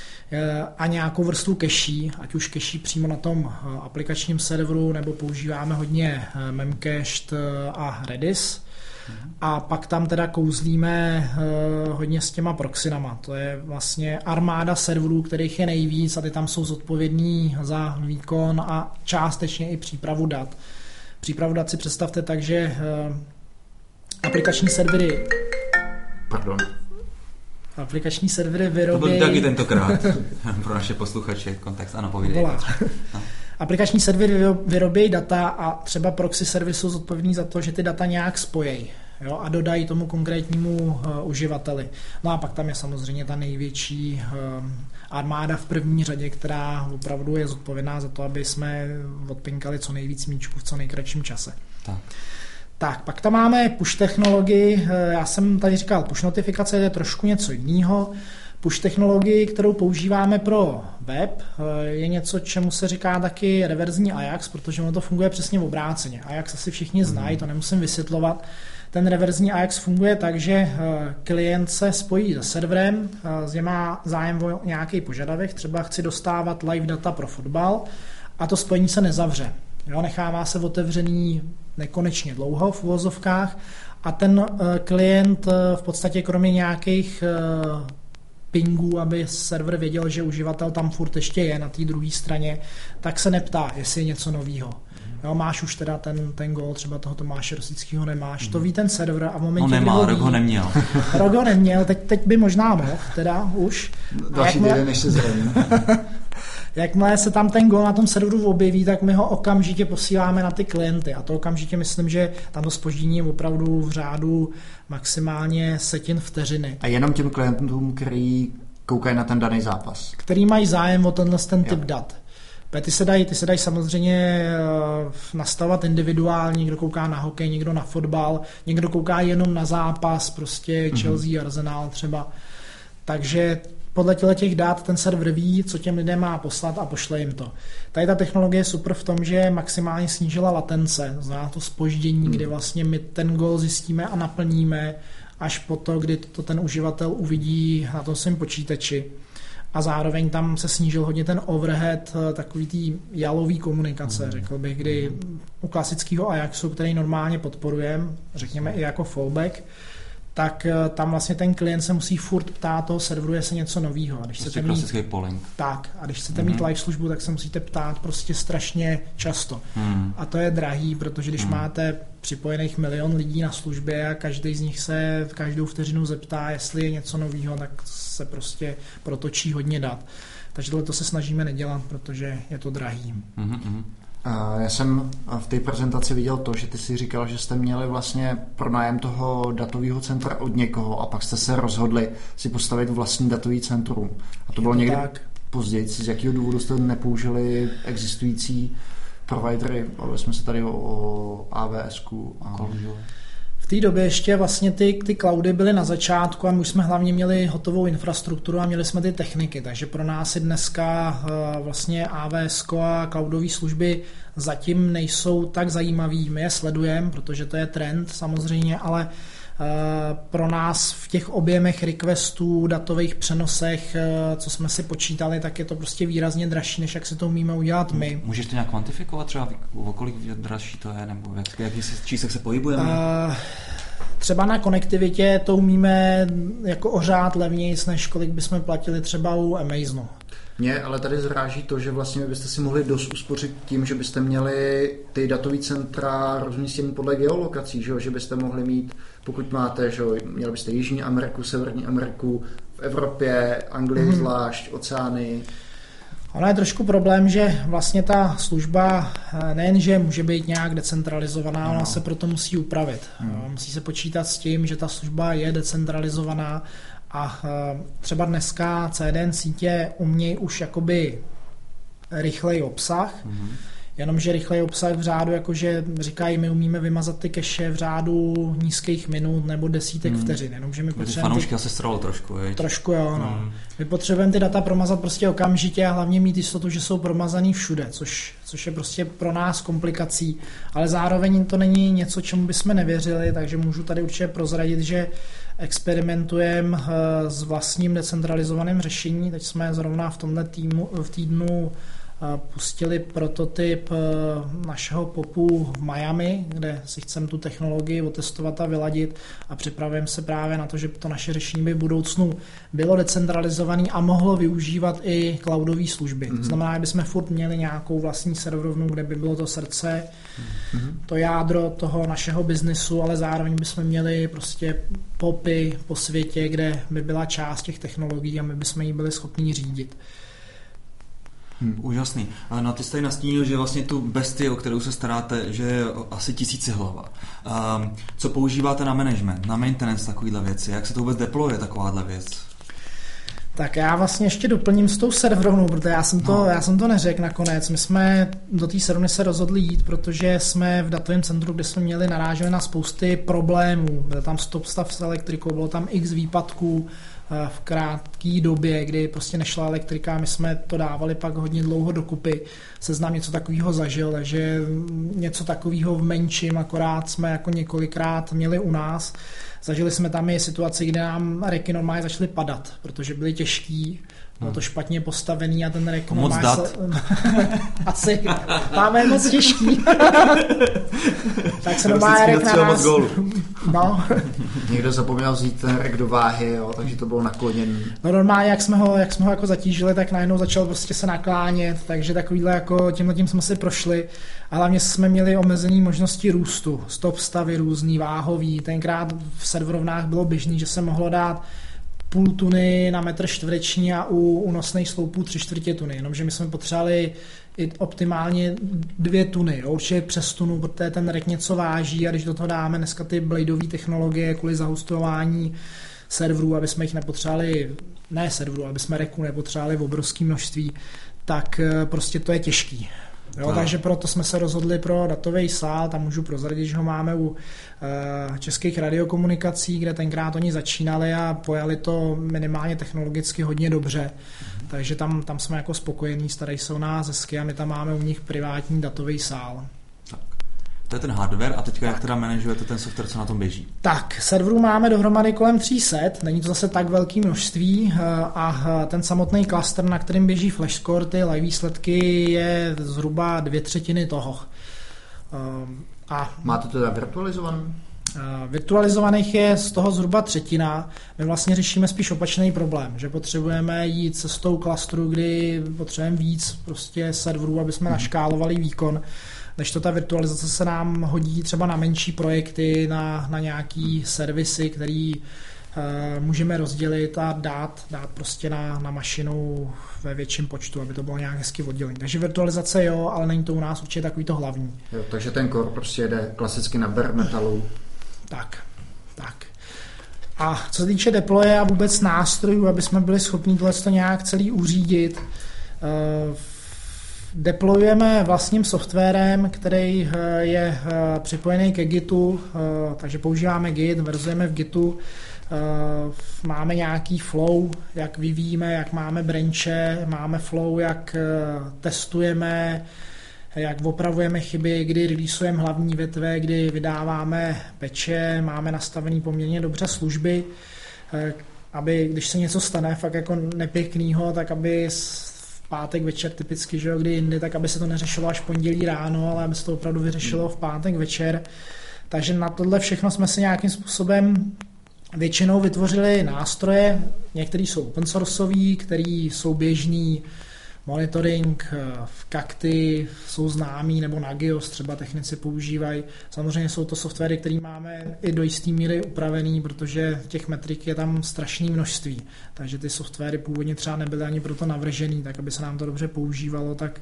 a nějakou vrstvu cache, ať už cache přímo na tom aplikačním serveru, nebo používáme hodně Memcached a Redis. A pak tam teda kouzlíme uh, hodně s těma proxinama. To je vlastně armáda serverů, kterých je nejvíc a ty tam jsou zodpovědní za výkon a částečně i přípravu dat. Přípravu dat si představte tak, že uh, aplikační servery... Pardon. Aplikační servery vyrobí... To byl taky tentokrát. Pro naše posluchače kontext. Ano, povídej. No. Aplikační servery vyrobí data a třeba proxy servery jsou zodpovědní za to, že ty data nějak spojí, jo, a dodají tomu konkrétnímu uh, uživateli. No a pak tam je samozřejmě ta největší uh, armáda v první řadě, která opravdu je zodpovědná za to, aby jsme odpinkali co nejvíc míčků v co nejkratším čase. Tak. Tak, pak tam máme push technologii. Já jsem tady říkal, push notifikace je trošku něco jiného. Push technologii, kterou používáme pro web, je něco, čemu se říká taky reverzní Ajax, protože ono to funguje přesně obráceně. Ajax asi všichni znají, to nemusím vysvětlovat. Ten reverzní Ajax funguje tak, že klient se spojí se serverem, z má zájem o nějaký požadavek, třeba chci dostávat live data pro fotbal a to spojení se nezavře. Jo, nechává se otevřený nekonečně dlouho v uvozovkách a ten klient v podstatě kromě nějakých pingů, aby server věděl, že uživatel tam furt ještě je na té druhé straně, tak se neptá, jestli je něco novýho. Jo, máš už teda ten, ten gól, třeba toho Tomáše Rosického nemáš, mm. to ví ten server a v momentě, no nemá, kdy ho Rok ví, ho neměl. Rok ho neměl, teď, teď by možná mohl, teda už. Další týden, než se zraní. Jakmile se tam ten gól na tom serveru objeví, tak my ho okamžitě posíláme na ty klienty a to okamžitě myslím, že tam to zpoždění je opravdu v řádu maximálně setin vteřiny. A jenom těm klientům, který koukají na ten daný zápas. Který mají zájem o tenhle ten typ jo. dat. Ty se dají, ty se dají samozřejmě nastavovat individuálně, někdo kouká na hokej, někdo na fotbal, někdo kouká jenom na zápas, prostě Chelsea, mm-hmm. Arsenal třeba. Takže podle těch dat ten server ví, co těm lidem má poslat a pošle jim to. Tady ta technologie je super v tom, že maximálně snížila latence, znamená to zpoždění, mm. kdy vlastně my ten gól zjistíme a naplníme až po to, kdy to ten uživatel uvidí na tom svém počítači. A zároveň tam se snížil hodně ten overhead takový tý jalový komunikace, mm. řekl bych, kdy u klasického Ajaxu, který normálně podporujeme, řekněme i jako fallback, tak tam vlastně ten klient se musí furt ptát toho serveru, jestli něco novýho. A když prostě chcete klasický mít, polling. Tak, a když chcete mm. mít live službu, tak se musíte ptát prostě strašně často. Mm. A to je drahý, protože když mm. máte připojených milion lidí na službě a každý z nich se v každou vteřinu zeptá, jestli je něco novýho, tak se prostě protočí hodně dat. Takže tohle to se snažíme nedělat, protože je to drahý. Mm-hmm. Já jsem v té prezentaci viděl to, že ty si říkal, že jste měli vlastně pronájem toho datového centra od někoho a pak jste se rozhodli si postavit vlastní datový centrum. A to bylo to někdy tak později. Z jakého důvodu jste nepoužili existující providery? Bavili jsme se tady o, o á vé esku a v té době ještě vlastně ty, ty cloudy byly na začátku a my už jsme hlavně měli hotovou infrastrukturu a měli jsme ty techniky, takže pro nás i dneska vlastně á vé es a cloudové služby zatím nejsou tak zajímavý. My je sledujeme, protože to je trend samozřejmě, ale pro nás v těch objemech requestů, datových přenosech, co jsme si počítali, tak je to prostě výrazně dražší, než jak si to umíme udělat my. Můžeš to nějak kvantifikovat třeba, o kolik dražší to je, nebo jak, jaký číslech se pohybujeme? Uh, třeba na konektivitě to umíme jako ořád levnějc, než kolik bychom platili třeba u Amazonu. Mě ale tady zráží to, že vlastně byste si mohli dost uspořit tím, že byste měli ty datové centra rozmístěny podle geolokací, že, že byste mohli mít, pokud máte, že měli byste Jižní Ameriku, Severní Ameriku, v Evropě, Anglii mm. zvlášť, oceány. Ono je trošku problém, že vlastně ta služba nejenže může být nějak decentralizovaná, no. ona se proto musí upravit. Mm. Musí se počítat s tím, že ta služba je decentralizovaná. A třeba dneska C D N sítě umějí už jakoby rychlej obsah, mm-hmm. jenomže rychlej obsah v řádu, jakože říkají, my umíme vymazat ty cache v řádu nízkých minut nebo desítek mm. vteřin, jenomže my potřebujeme... Fanoušky ty... asi stralo trošku, jeď? Trošku jo, no. Mm. My potřebujeme ty data promazat prostě okamžitě a hlavně mít jistotu, že jsou promazaný všude, což, což je prostě pro nás komplikací, ale zároveň to není něco, čemu bychom nevěřili, takže můžu tady určitě prozradit, že experimentujeme s vlastním decentralizovaným řešením. Teď jsme zrovna v tomhle týmu, v týdnu pustili prototyp našeho popu v Miami, kde si chceme tu technologii otestovat a vyladit a připravujeme se právě na to, že to naše řešení by v budoucnu bylo decentralizované a mohlo využívat i cloudové služby. Mm-hmm. To znamená, že bychom furt měli nějakou vlastní serverovnu, kde by bylo to srdce, mm-hmm. to jádro toho našeho biznesu, ale zároveň bychom měli prostě popy po světě, kde by byla část těch technologií a my bychom ji byli schopni řídit. Hmm, úžasný. No ty jsi tady nastínil, že vlastně tu bestii, o kterou se staráte, že je asi tisícihlava. Um, co používáte na management, na maintenance takovýhle věci? Jak se to vůbec deployuje takováhle věc? Tak já vlastně ještě doplním s tou serverovnou, protože já jsem to, no. já jsem to neřekl nakonec. My jsme do té serverovny se rozhodli jít, protože jsme v datovém centru, kde jsme měli naráželi na spousty problémů. Byl tam stop stav s elektrikou, bylo tam x výpadků v krátké době, kdy prostě nešla elektrika, my jsme to dávali pak hodně dlouho dokupy. Seznam něco takového zažil, takže něco takového v menším akorát jsme jako několikrát měli u nás. Zažili jsme tam i situaci, kde nám reky normálně začaly padat, protože byly těžký bylo to špatně postavený a ten rek... Moc dat. Se... Asi máme moc těžký. Tak se normálně rek na nás... No. Někdo zapomněl vzít ten rek do váhy, jo, takže to bylo nakloněný. No normálně, jak jsme ho, jak jsme ho jako zatížili, tak najednou začal prostě se naklánět, takže takovýhle jako tímhletím jsme si prošli. A hlavně jsme měli omezené možnosti růstu, stop stavy různý, váhový. Tenkrát v serverovnách bylo běžný, že se mohlo dát půl tuny na metr čtvereční a u únosných sloupů tři čtvrtě tuny, jenomže my jsme potřebovali i optimálně dvě tuny, jo, určitě přes tunu, protože ten rek něco váží a když do toho dáme dneska ty bladeové technologie kvůli zahustování serverů, aby jsme jich nepotřebovali, ne serverů, aby jsme reku nepotřebovali v obrovském množství, tak prostě to je těžký. Jo, no. Takže proto jsme se rozhodli pro datový sál, tam můžu prozradit, že ho máme u e, českých radiokomunikací, kde tenkrát oni začínali a pojali to minimálně technologicky hodně dobře. Mm-hmm. Takže tam, tam jsme jako spokojení, starají se o nás hezky a my tam máme u nich privátní datový sál. Tak. To je ten hardware a teďka jak teda manažujete ten software, co na tom běží? Tak, serverů máme dohromady kolem tři sta, není to zase tak velké množství a ten samotný klaster, na kterým běží FlashScore, ty live výsledky je zhruba dvě třetiny toho. A máte to teda virtualizované? Virtualizovaných je z toho zhruba třetina. My vlastně řešíme spíš opačný problém, že potřebujeme jít cestou klastru, kdy potřebujeme víc prostě serverů, aby jsme naškálovali výkon. Než to ta virtualizace se nám hodí třeba na menší projekty, na, na nějaký servisy, který uh, můžeme rozdělit a dát, dát prostě na, na mašinu ve větším počtu, aby to bylo nějak hezky oddělené. Takže virtualizace jo, ale není to u nás určitě takový to hlavní. Jo, takže ten core prostě jede klasicky na bare metalu. Tak, tak. A co se týče deploye a vůbec nástrojů, aby jsme byli schopni tohle nějak celý uřídit, uh, deployujeme vlastním softwarem, který je připojený ke Gitu, takže používáme Git, verzujeme v Gitu, máme nějaký flow, jak vyvíjíme, jak máme branche, máme flow, jak testujeme, jak opravujeme chyby, kdy releaseujeme hlavní větve, kdy vydáváme patche, máme nastavený poměrně dobře služby, aby když se něco stane fakt jako nepěknýho, tak aby pátek večer typicky, že jo, kdy jindy, tak aby se to neřešilo až pondělí ráno, ale aby se to opravdu vyřešilo v pátek večer. Takže na tohle všechno jsme si nějakým způsobem většinou vytvořili nástroje, některý jsou open sourceový, který jsou běžný, monitoring v Cacti jsou známý, nebo Nagios třeba technici používají. Samozřejmě jsou to softwary, které máme i do jisté míry upravený, protože těch metrik je tam strašné množství. Takže ty softwary původně třeba nebyly ani proto navržený, tak aby se nám to dobře používalo, tak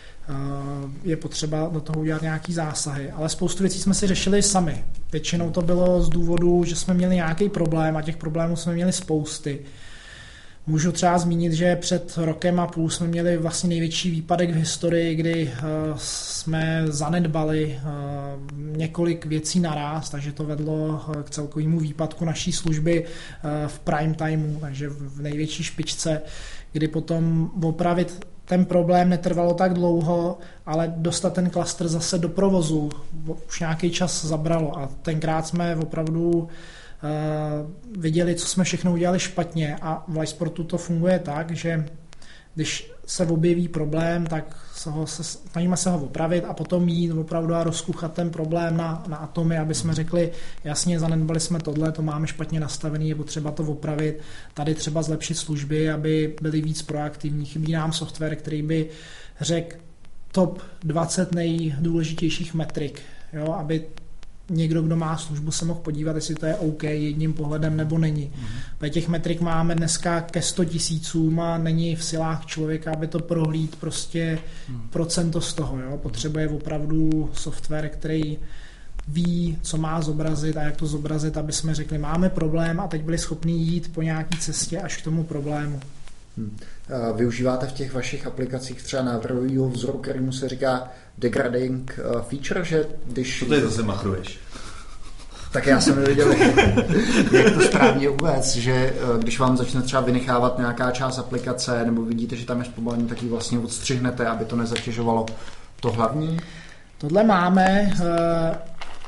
je potřeba do toho udělat nějaký zásahy. Ale spoustu věcí jsme si řešili sami. Většinou to bylo z důvodu, že jsme měli nějaký problém a těch problémů jsme měli spousty. Můžu třeba zmínit, že před rokem a půl jsme měli vlastně největší výpadek v historii, kdy uh, jsme zanedbali uh, několik věcí naráz, takže to vedlo k celkovému výpadku naší služby uh, v prime timeu, takže v největší špičce, kdy potom opravit ten problém netrvalo tak dlouho, ale dostat ten klaster zase do provozu už nějaký čas zabralo a tenkrát jsme opravdu Uh, viděli, co jsme všechno udělali špatně a v Lightsportu to funguje tak, že když se objeví problém, tak se ho, se, snažíme se ho opravit a potom jít opravdu a rozkuchat ten problém na, na atomy, aby jsme řekli, jasně, zanedbali jsme tohle, to máme špatně nastavený, je potřeba to opravit, tady třeba zlepšit služby, aby byly víc proaktivní. Chybí nám software, který by řekl top dvacet nejdůležitějších metrik, jo, aby někdo, kdo má službu, se mohl podívat, jestli to je OK jedním pohledem nebo není. Mm-hmm. Těch metrik máme dneska ke sto tisícům a není v silách člověka, aby to prohlíd prostě mm. procento z toho. Jo? Potřebuje opravdu software, který ví, co má zobrazit a jak to zobrazit, aby jsme řekli, máme problém a teď byli schopni jít po nějaký cestě až k tomu problému. Hmm. Využíváte v těch vašich aplikacích třeba návrhovýho vzoru, kterému se říká degrading feature, že když... Co tady zase machruješ? Tak já jsem nevěděl, jak to správně uvést, že když vám začne třeba vynechávat nějaká část aplikace nebo vidíte, že tam je zpomalení, tak ji vlastně odstřihnete, aby to nezatěžovalo to hlavní? Tohle máme.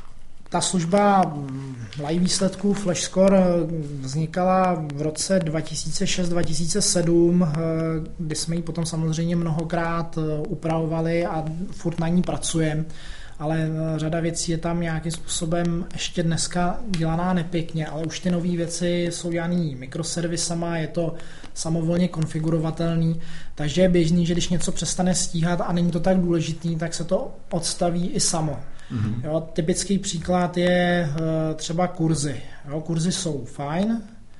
Ta služba live výsledků FlashScore vznikala v roce dva tisíce šest dva tisíce sedm, kdy jsme ji potom samozřejmě mnohokrát upravovali a furt na ní pracujeme, ale řada věcí je tam nějakým způsobem ještě dneska dělaná nepěkně, ale už ty nové věci jsou dělané mikroservisama, je to samovolně konfigurovatelný, takže je běžný, že když něco přestane stíhat a není to tak důležitý, tak se to odstaví i samo. Mm-hmm. Jo, typický příklad je uh, třeba kurzy. Jo, kurzy jsou fajn,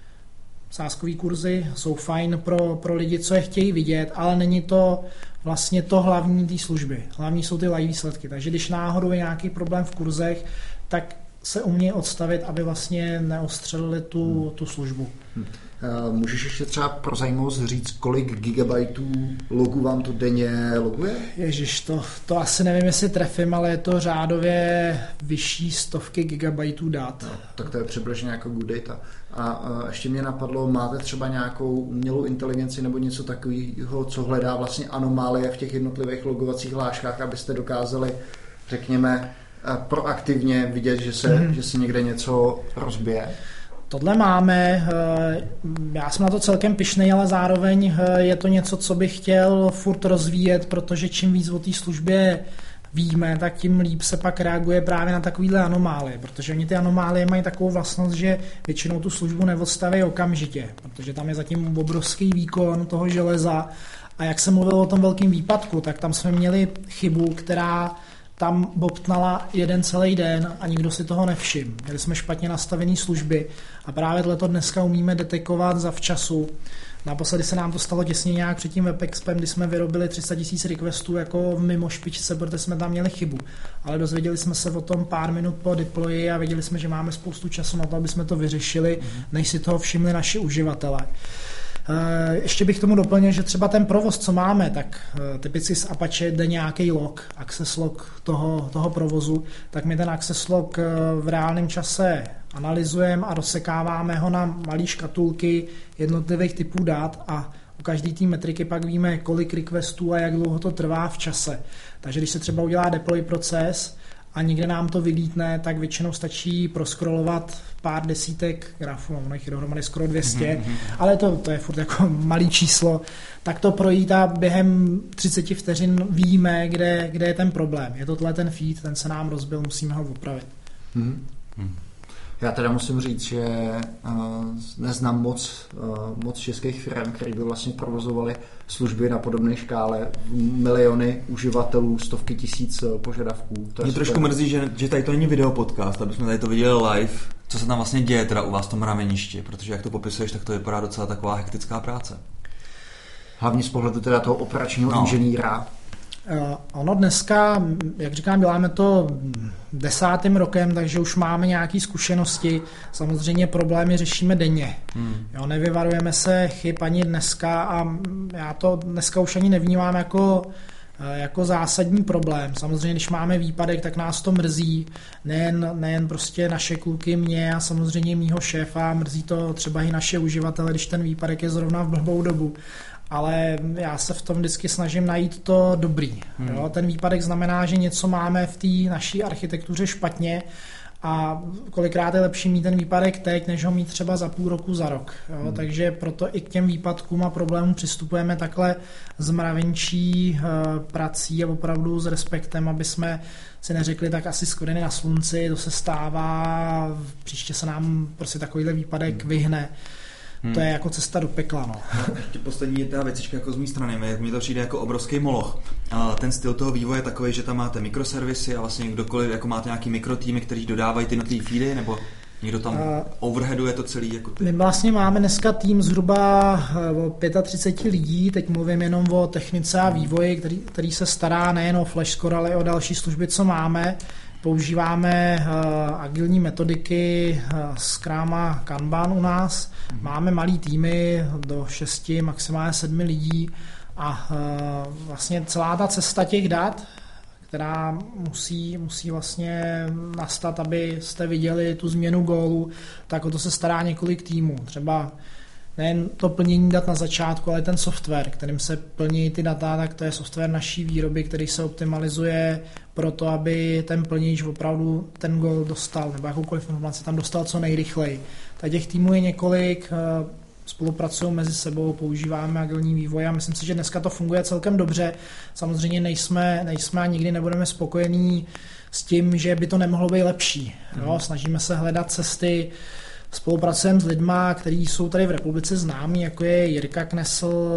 sázkový kurzy jsou fajn pro, pro lidi, co je chtějí vidět, ale není to vlastně to hlavní té služby. Hlavní jsou ty live výsledky. Takže když náhodou je nějaký problém v kurzech, tak se umějí odstavit, aby vlastně neostřelili tu, hmm. tu službu. Hmm. Můžeš ještě třeba pro zajímavost říct, kolik gigabajtů logů vám to denně loguje? Ježiš, to, to asi nevím, jestli trefím, ale je to řádově vyšší stovky gigabajtů dat. No, tak to je přibližně jako good data. A, a ještě mě napadlo, máte třeba nějakou umělou inteligenci nebo něco takového, co hledá vlastně anomálie v těch jednotlivých logovacích hláškách, abyste dokázali, řekněme, proaktivně vidět, že se, mm. že se někde něco rozbije? Tohle máme, já jsem na to celkem pyšnej, ale zároveň je to něco, co bych chtěl furt rozvíjet, protože čím víc o té službě víme, tak tím líp se pak reaguje právě na takovýhle anomálie, protože oni ty anomálie mají takovou vlastnost, že většinou tu službu neodstaví okamžitě, protože tam je zatím obrovský výkon toho železa a jak jsem mluvil o tom velkém výpadku, tak tam jsme měli chybu, která tam bobtnala jeden celý den a nikdo si toho nevšiml. Měli jsme špatně nastavené služby a právě tohleto dneska umíme detekovat zavčasu. Naposledy se nám to stalo těsně nějak před tím WebExpem, kdy jsme vyrobili tři sta tisíc requestů jako mimo špičce, protože jsme tam měli chybu. Ale dozvěděli jsme se o tom pár minut po deployi a věděli jsme, že máme spoustu času na to, aby jsme to vyřešili, než si toho všimli naši uživatelé. Ještě bych tomu doplnil, že třeba ten provoz, co máme, tak typicky z Apache jde nějaký log, access log toho, toho provozu, tak my ten access log v reálném čase analyzujeme a rozsekáváme ho na malé škatulky jednotlivých typů dat a u každé té metriky pak víme, kolik requestů a jak dlouho to trvá v čase. Takže když se třeba udělá deploy proces a někde nám to vylítne, tak většinou stačí proskrolovat pár desítek grafů, ono jich je dohromady skoro dvě stě, mm-hmm. ale to, to je furt jako malý číslo, tak to projít a během třicet vteřin víme, kde, kde je ten problém. Je to ten feed, ten se nám rozbil, musíme ho opravit. Mm-hmm. Já teda musím říct, že uh, neznám moc, uh, moc českých firm, které by vlastně provozovaly služby na podobné škále, miliony uživatelů, stovky tisíc požadavků. Mě trošku mrzí, že, že tady to není video podcast, aby jsme tady to viděli live, co se tam vlastně děje teda u vás v tom rameništi, protože jak to popisuješ, tak to vypadá docela taková hektická práce. Hlavně z pohledu teda toho operačního no. inženýra. Uh, ono dneska, jak říkám, děláme to desátým rokem, takže už máme nějaké zkušenosti. Samozřejmě problémy řešíme denně. Hmm. Jo, nevyvarujeme se chyb ani dneska a já to dneska už ani nevnímám jako, jako zásadní problém. Samozřejmě, když máme výpadek, tak nás to mrzí. Nejen, nejen prostě naše kluky, mě a samozřejmě mýho šéfa, mrzí to třeba i naše uživatele, když ten výpadek je zrovna v blbou dobu. Ale já se v tom vždycky snažím najít to dobrý. Hmm. Jo? Ten výpadek znamená, že něco máme v té naší architektuře špatně a kolikrát je lepší mít ten výpadek teď, než ho mít třeba za půl roku, za rok. Jo? Hmm. Takže proto i k těm výpadkům a problémům přistupujeme takhle s mravenčí uh, prací a opravdu s respektem, aby jsme si neřekli, tak asi skodeny na slunci, to se stává, příště se nám prostě takovýhle výpadek hmm. vyhne. Hmm. To je jako cesta do pekla. No. Ještě poslední je ta věcička jako z mý strany. Mně to přijde jako obrovský moloch. A ten styl toho vývoje je takový, že tam máte mikroservisy a vlastně kdokoliv, jako máte nějaký mikrotýmy, kteří dodávají ty jednotlivé feedy, nebo někdo tam uh, overheaduje to celý? Jako ty... My vlastně máme dneska tým zhruba o třicet pět lidí, teď mluvím jenom o technice a vývoji, který, který se stará nejen o FlashScore, ale i o další služby, co máme. Používáme uh, agilní metodiky uh, Scrum a Kanban u nás. Mm. Máme malý týmy do šesti, maximálně sedmi lidí a uh, vlastně celá ta cesta těch dat, která musí, musí vlastně nastat, abyste viděli tu změnu gólu, tak o to se stará několik týmů. Třeba nejen to plnění dat na začátku, ale ten software, kterým se plní ty data, tak to je software naší výroby, který se optimalizuje pro to, aby ten plněč opravdu ten gól dostal, nebo jakoukoliv informaci tam dostal co nejrychleji. Tak těch týmů je několik, spolupracují mezi sebou, používáme agilní vývoj a myslím si, že dneska to funguje celkem dobře. Samozřejmě nejsme, nejsme a nikdy nebudeme spokojení s tím, že by to nemohlo být lepší. Jo? Mm. Snažíme se hledat cesty, spolupracujeme s lidma, kteří jsou tady v republice známí, jako je Jirka Knesl,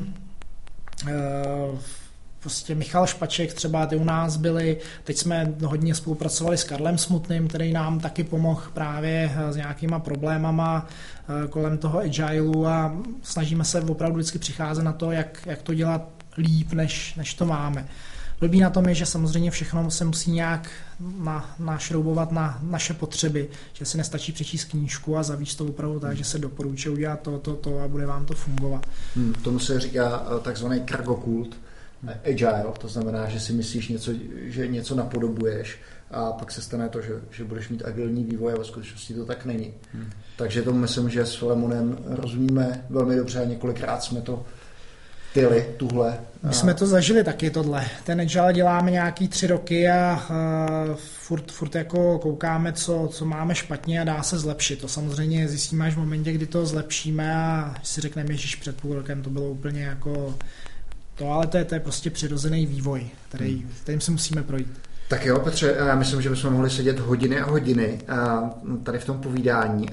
prostě Michal Špaček třeba, ty u nás byli, teď jsme hodně spolupracovali s Karlem Smutným, který nám taky pomohl právě s nějakýma problémama kolem toho agileu a snažíme se opravdu vždycky přicházet na to, jak, jak to dělat líp, než, než to máme. Blbý na tom je, že samozřejmě všechno se musí nějak na, našroubovat na naše potřeby, že si nestačí přečíst knížku a zavíst to opravdu tak, že se doporučí udělat to, to, to a bude vám to fungovat. Hmm, tomu se říká takzvaný cargo kult, agile, to znamená, že si myslíš něco, že něco napodobuješ a pak se stane to, že, že budeš mít agilní vývoj a ve skutečnosti to tak není. Hmm. Takže tomu myslím, že s Filemonem rozumíme velmi dobře a několikrát jsme to tyli, tuhle. My jsme to zažili taky tohle. Ten agile děláme nějaký tři roky a uh, furt, furt jako koukáme, co, co máme špatně a dá se zlepšit. To samozřejmě zjistíme až v momentě, kdy to zlepšíme a si řekneme, ježiš, před půl rokem to bylo úplně jako to, ale to je, to je prostě přirozený vývoj, který, hmm. kterým se musíme projít. Tak jo, Petře, já myslím, že bychom mohli sedět hodiny a hodiny tady v tom povídání.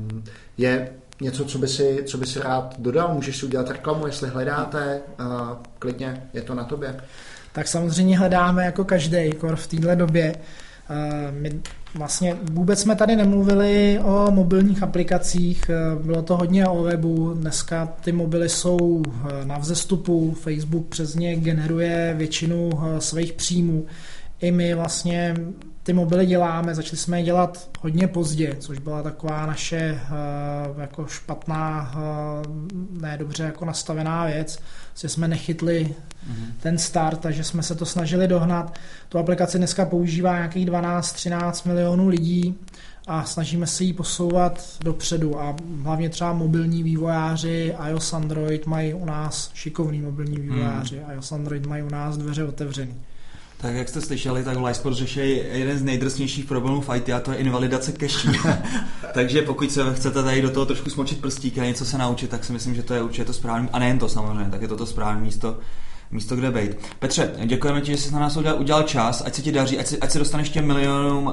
Je něco, co by si, co by si rád dodal? Můžeš si udělat reklamu, jestli hledáte, klidně, je to na tobě. Tak samozřejmě hledáme jako každý, kor v téhle době. My vlastně vůbec jsme tady nemluvili o mobilních aplikacích, bylo to hodně o webu, dneska ty mobily jsou na vzestupu, Facebook přes ně generuje většinu svých příjmů. I my vlastně ty mobily děláme, začali jsme je dělat hodně pozdě, což byla taková naše uh, jako špatná, uh, ne dobře jako nastavená věc, že jsme nechytli mm-hmm. ten start, takže jsme se to snažili dohnat. Tu aplikaci dneska používá nějakých dvanáct třináct milionů lidí a snažíme se ji posouvat dopředu a hlavně třeba mobilní vývojáři iOS, Android mají u nás šikovní mobilní vývojáři, mm. iOS, Android mají u nás dveře otevřený. Tak jak jste slyšeli, tak Livesport řeší jeden z nejdrsnějších problémů v í té a to je invalidace cache. Takže pokud se chcete tady do toho trošku smočit prstíky a něco se naučit, tak si myslím, že to je určitě to správný, a nejen to samozřejmě, tak je to to správné místo, místo kde být. Petře, děkujeme ti, že jsi na nás udělal, udělal čas, ať se ti daří, ať, si, ať se dostaneš těm milionům uh,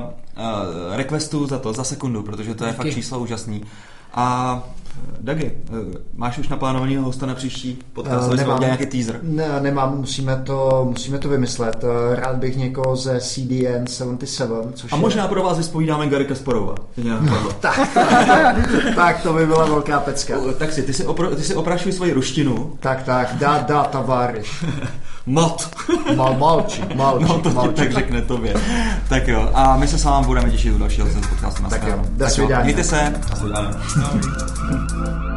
uh, requestů za to, za sekundu, protože to je Díky. Fakt číslo úžasný. A Dagi, máš už naplánovaného hosta na příští podcast, uh, nemám nějaký teaser? Ne, nemám, musíme to, musíme to vymyslet. Rád bych někoho ze C D N sedmdesát sedm, což A je... možná pro vás vyspovídáme Gary Kasparova. tak, tak, to by byla velká pecka. Tak si, ty si, opro, ty si oprašuj svoji ruštinu. Tak, tak, dá, dá, taváriš. Mat. Mal, malči, malči, no to malči. tak řekne tobě. Tak jo, a my se s vámi budeme těšit u dalšího podcastu. Tak jo, do svidání. Mějte se. A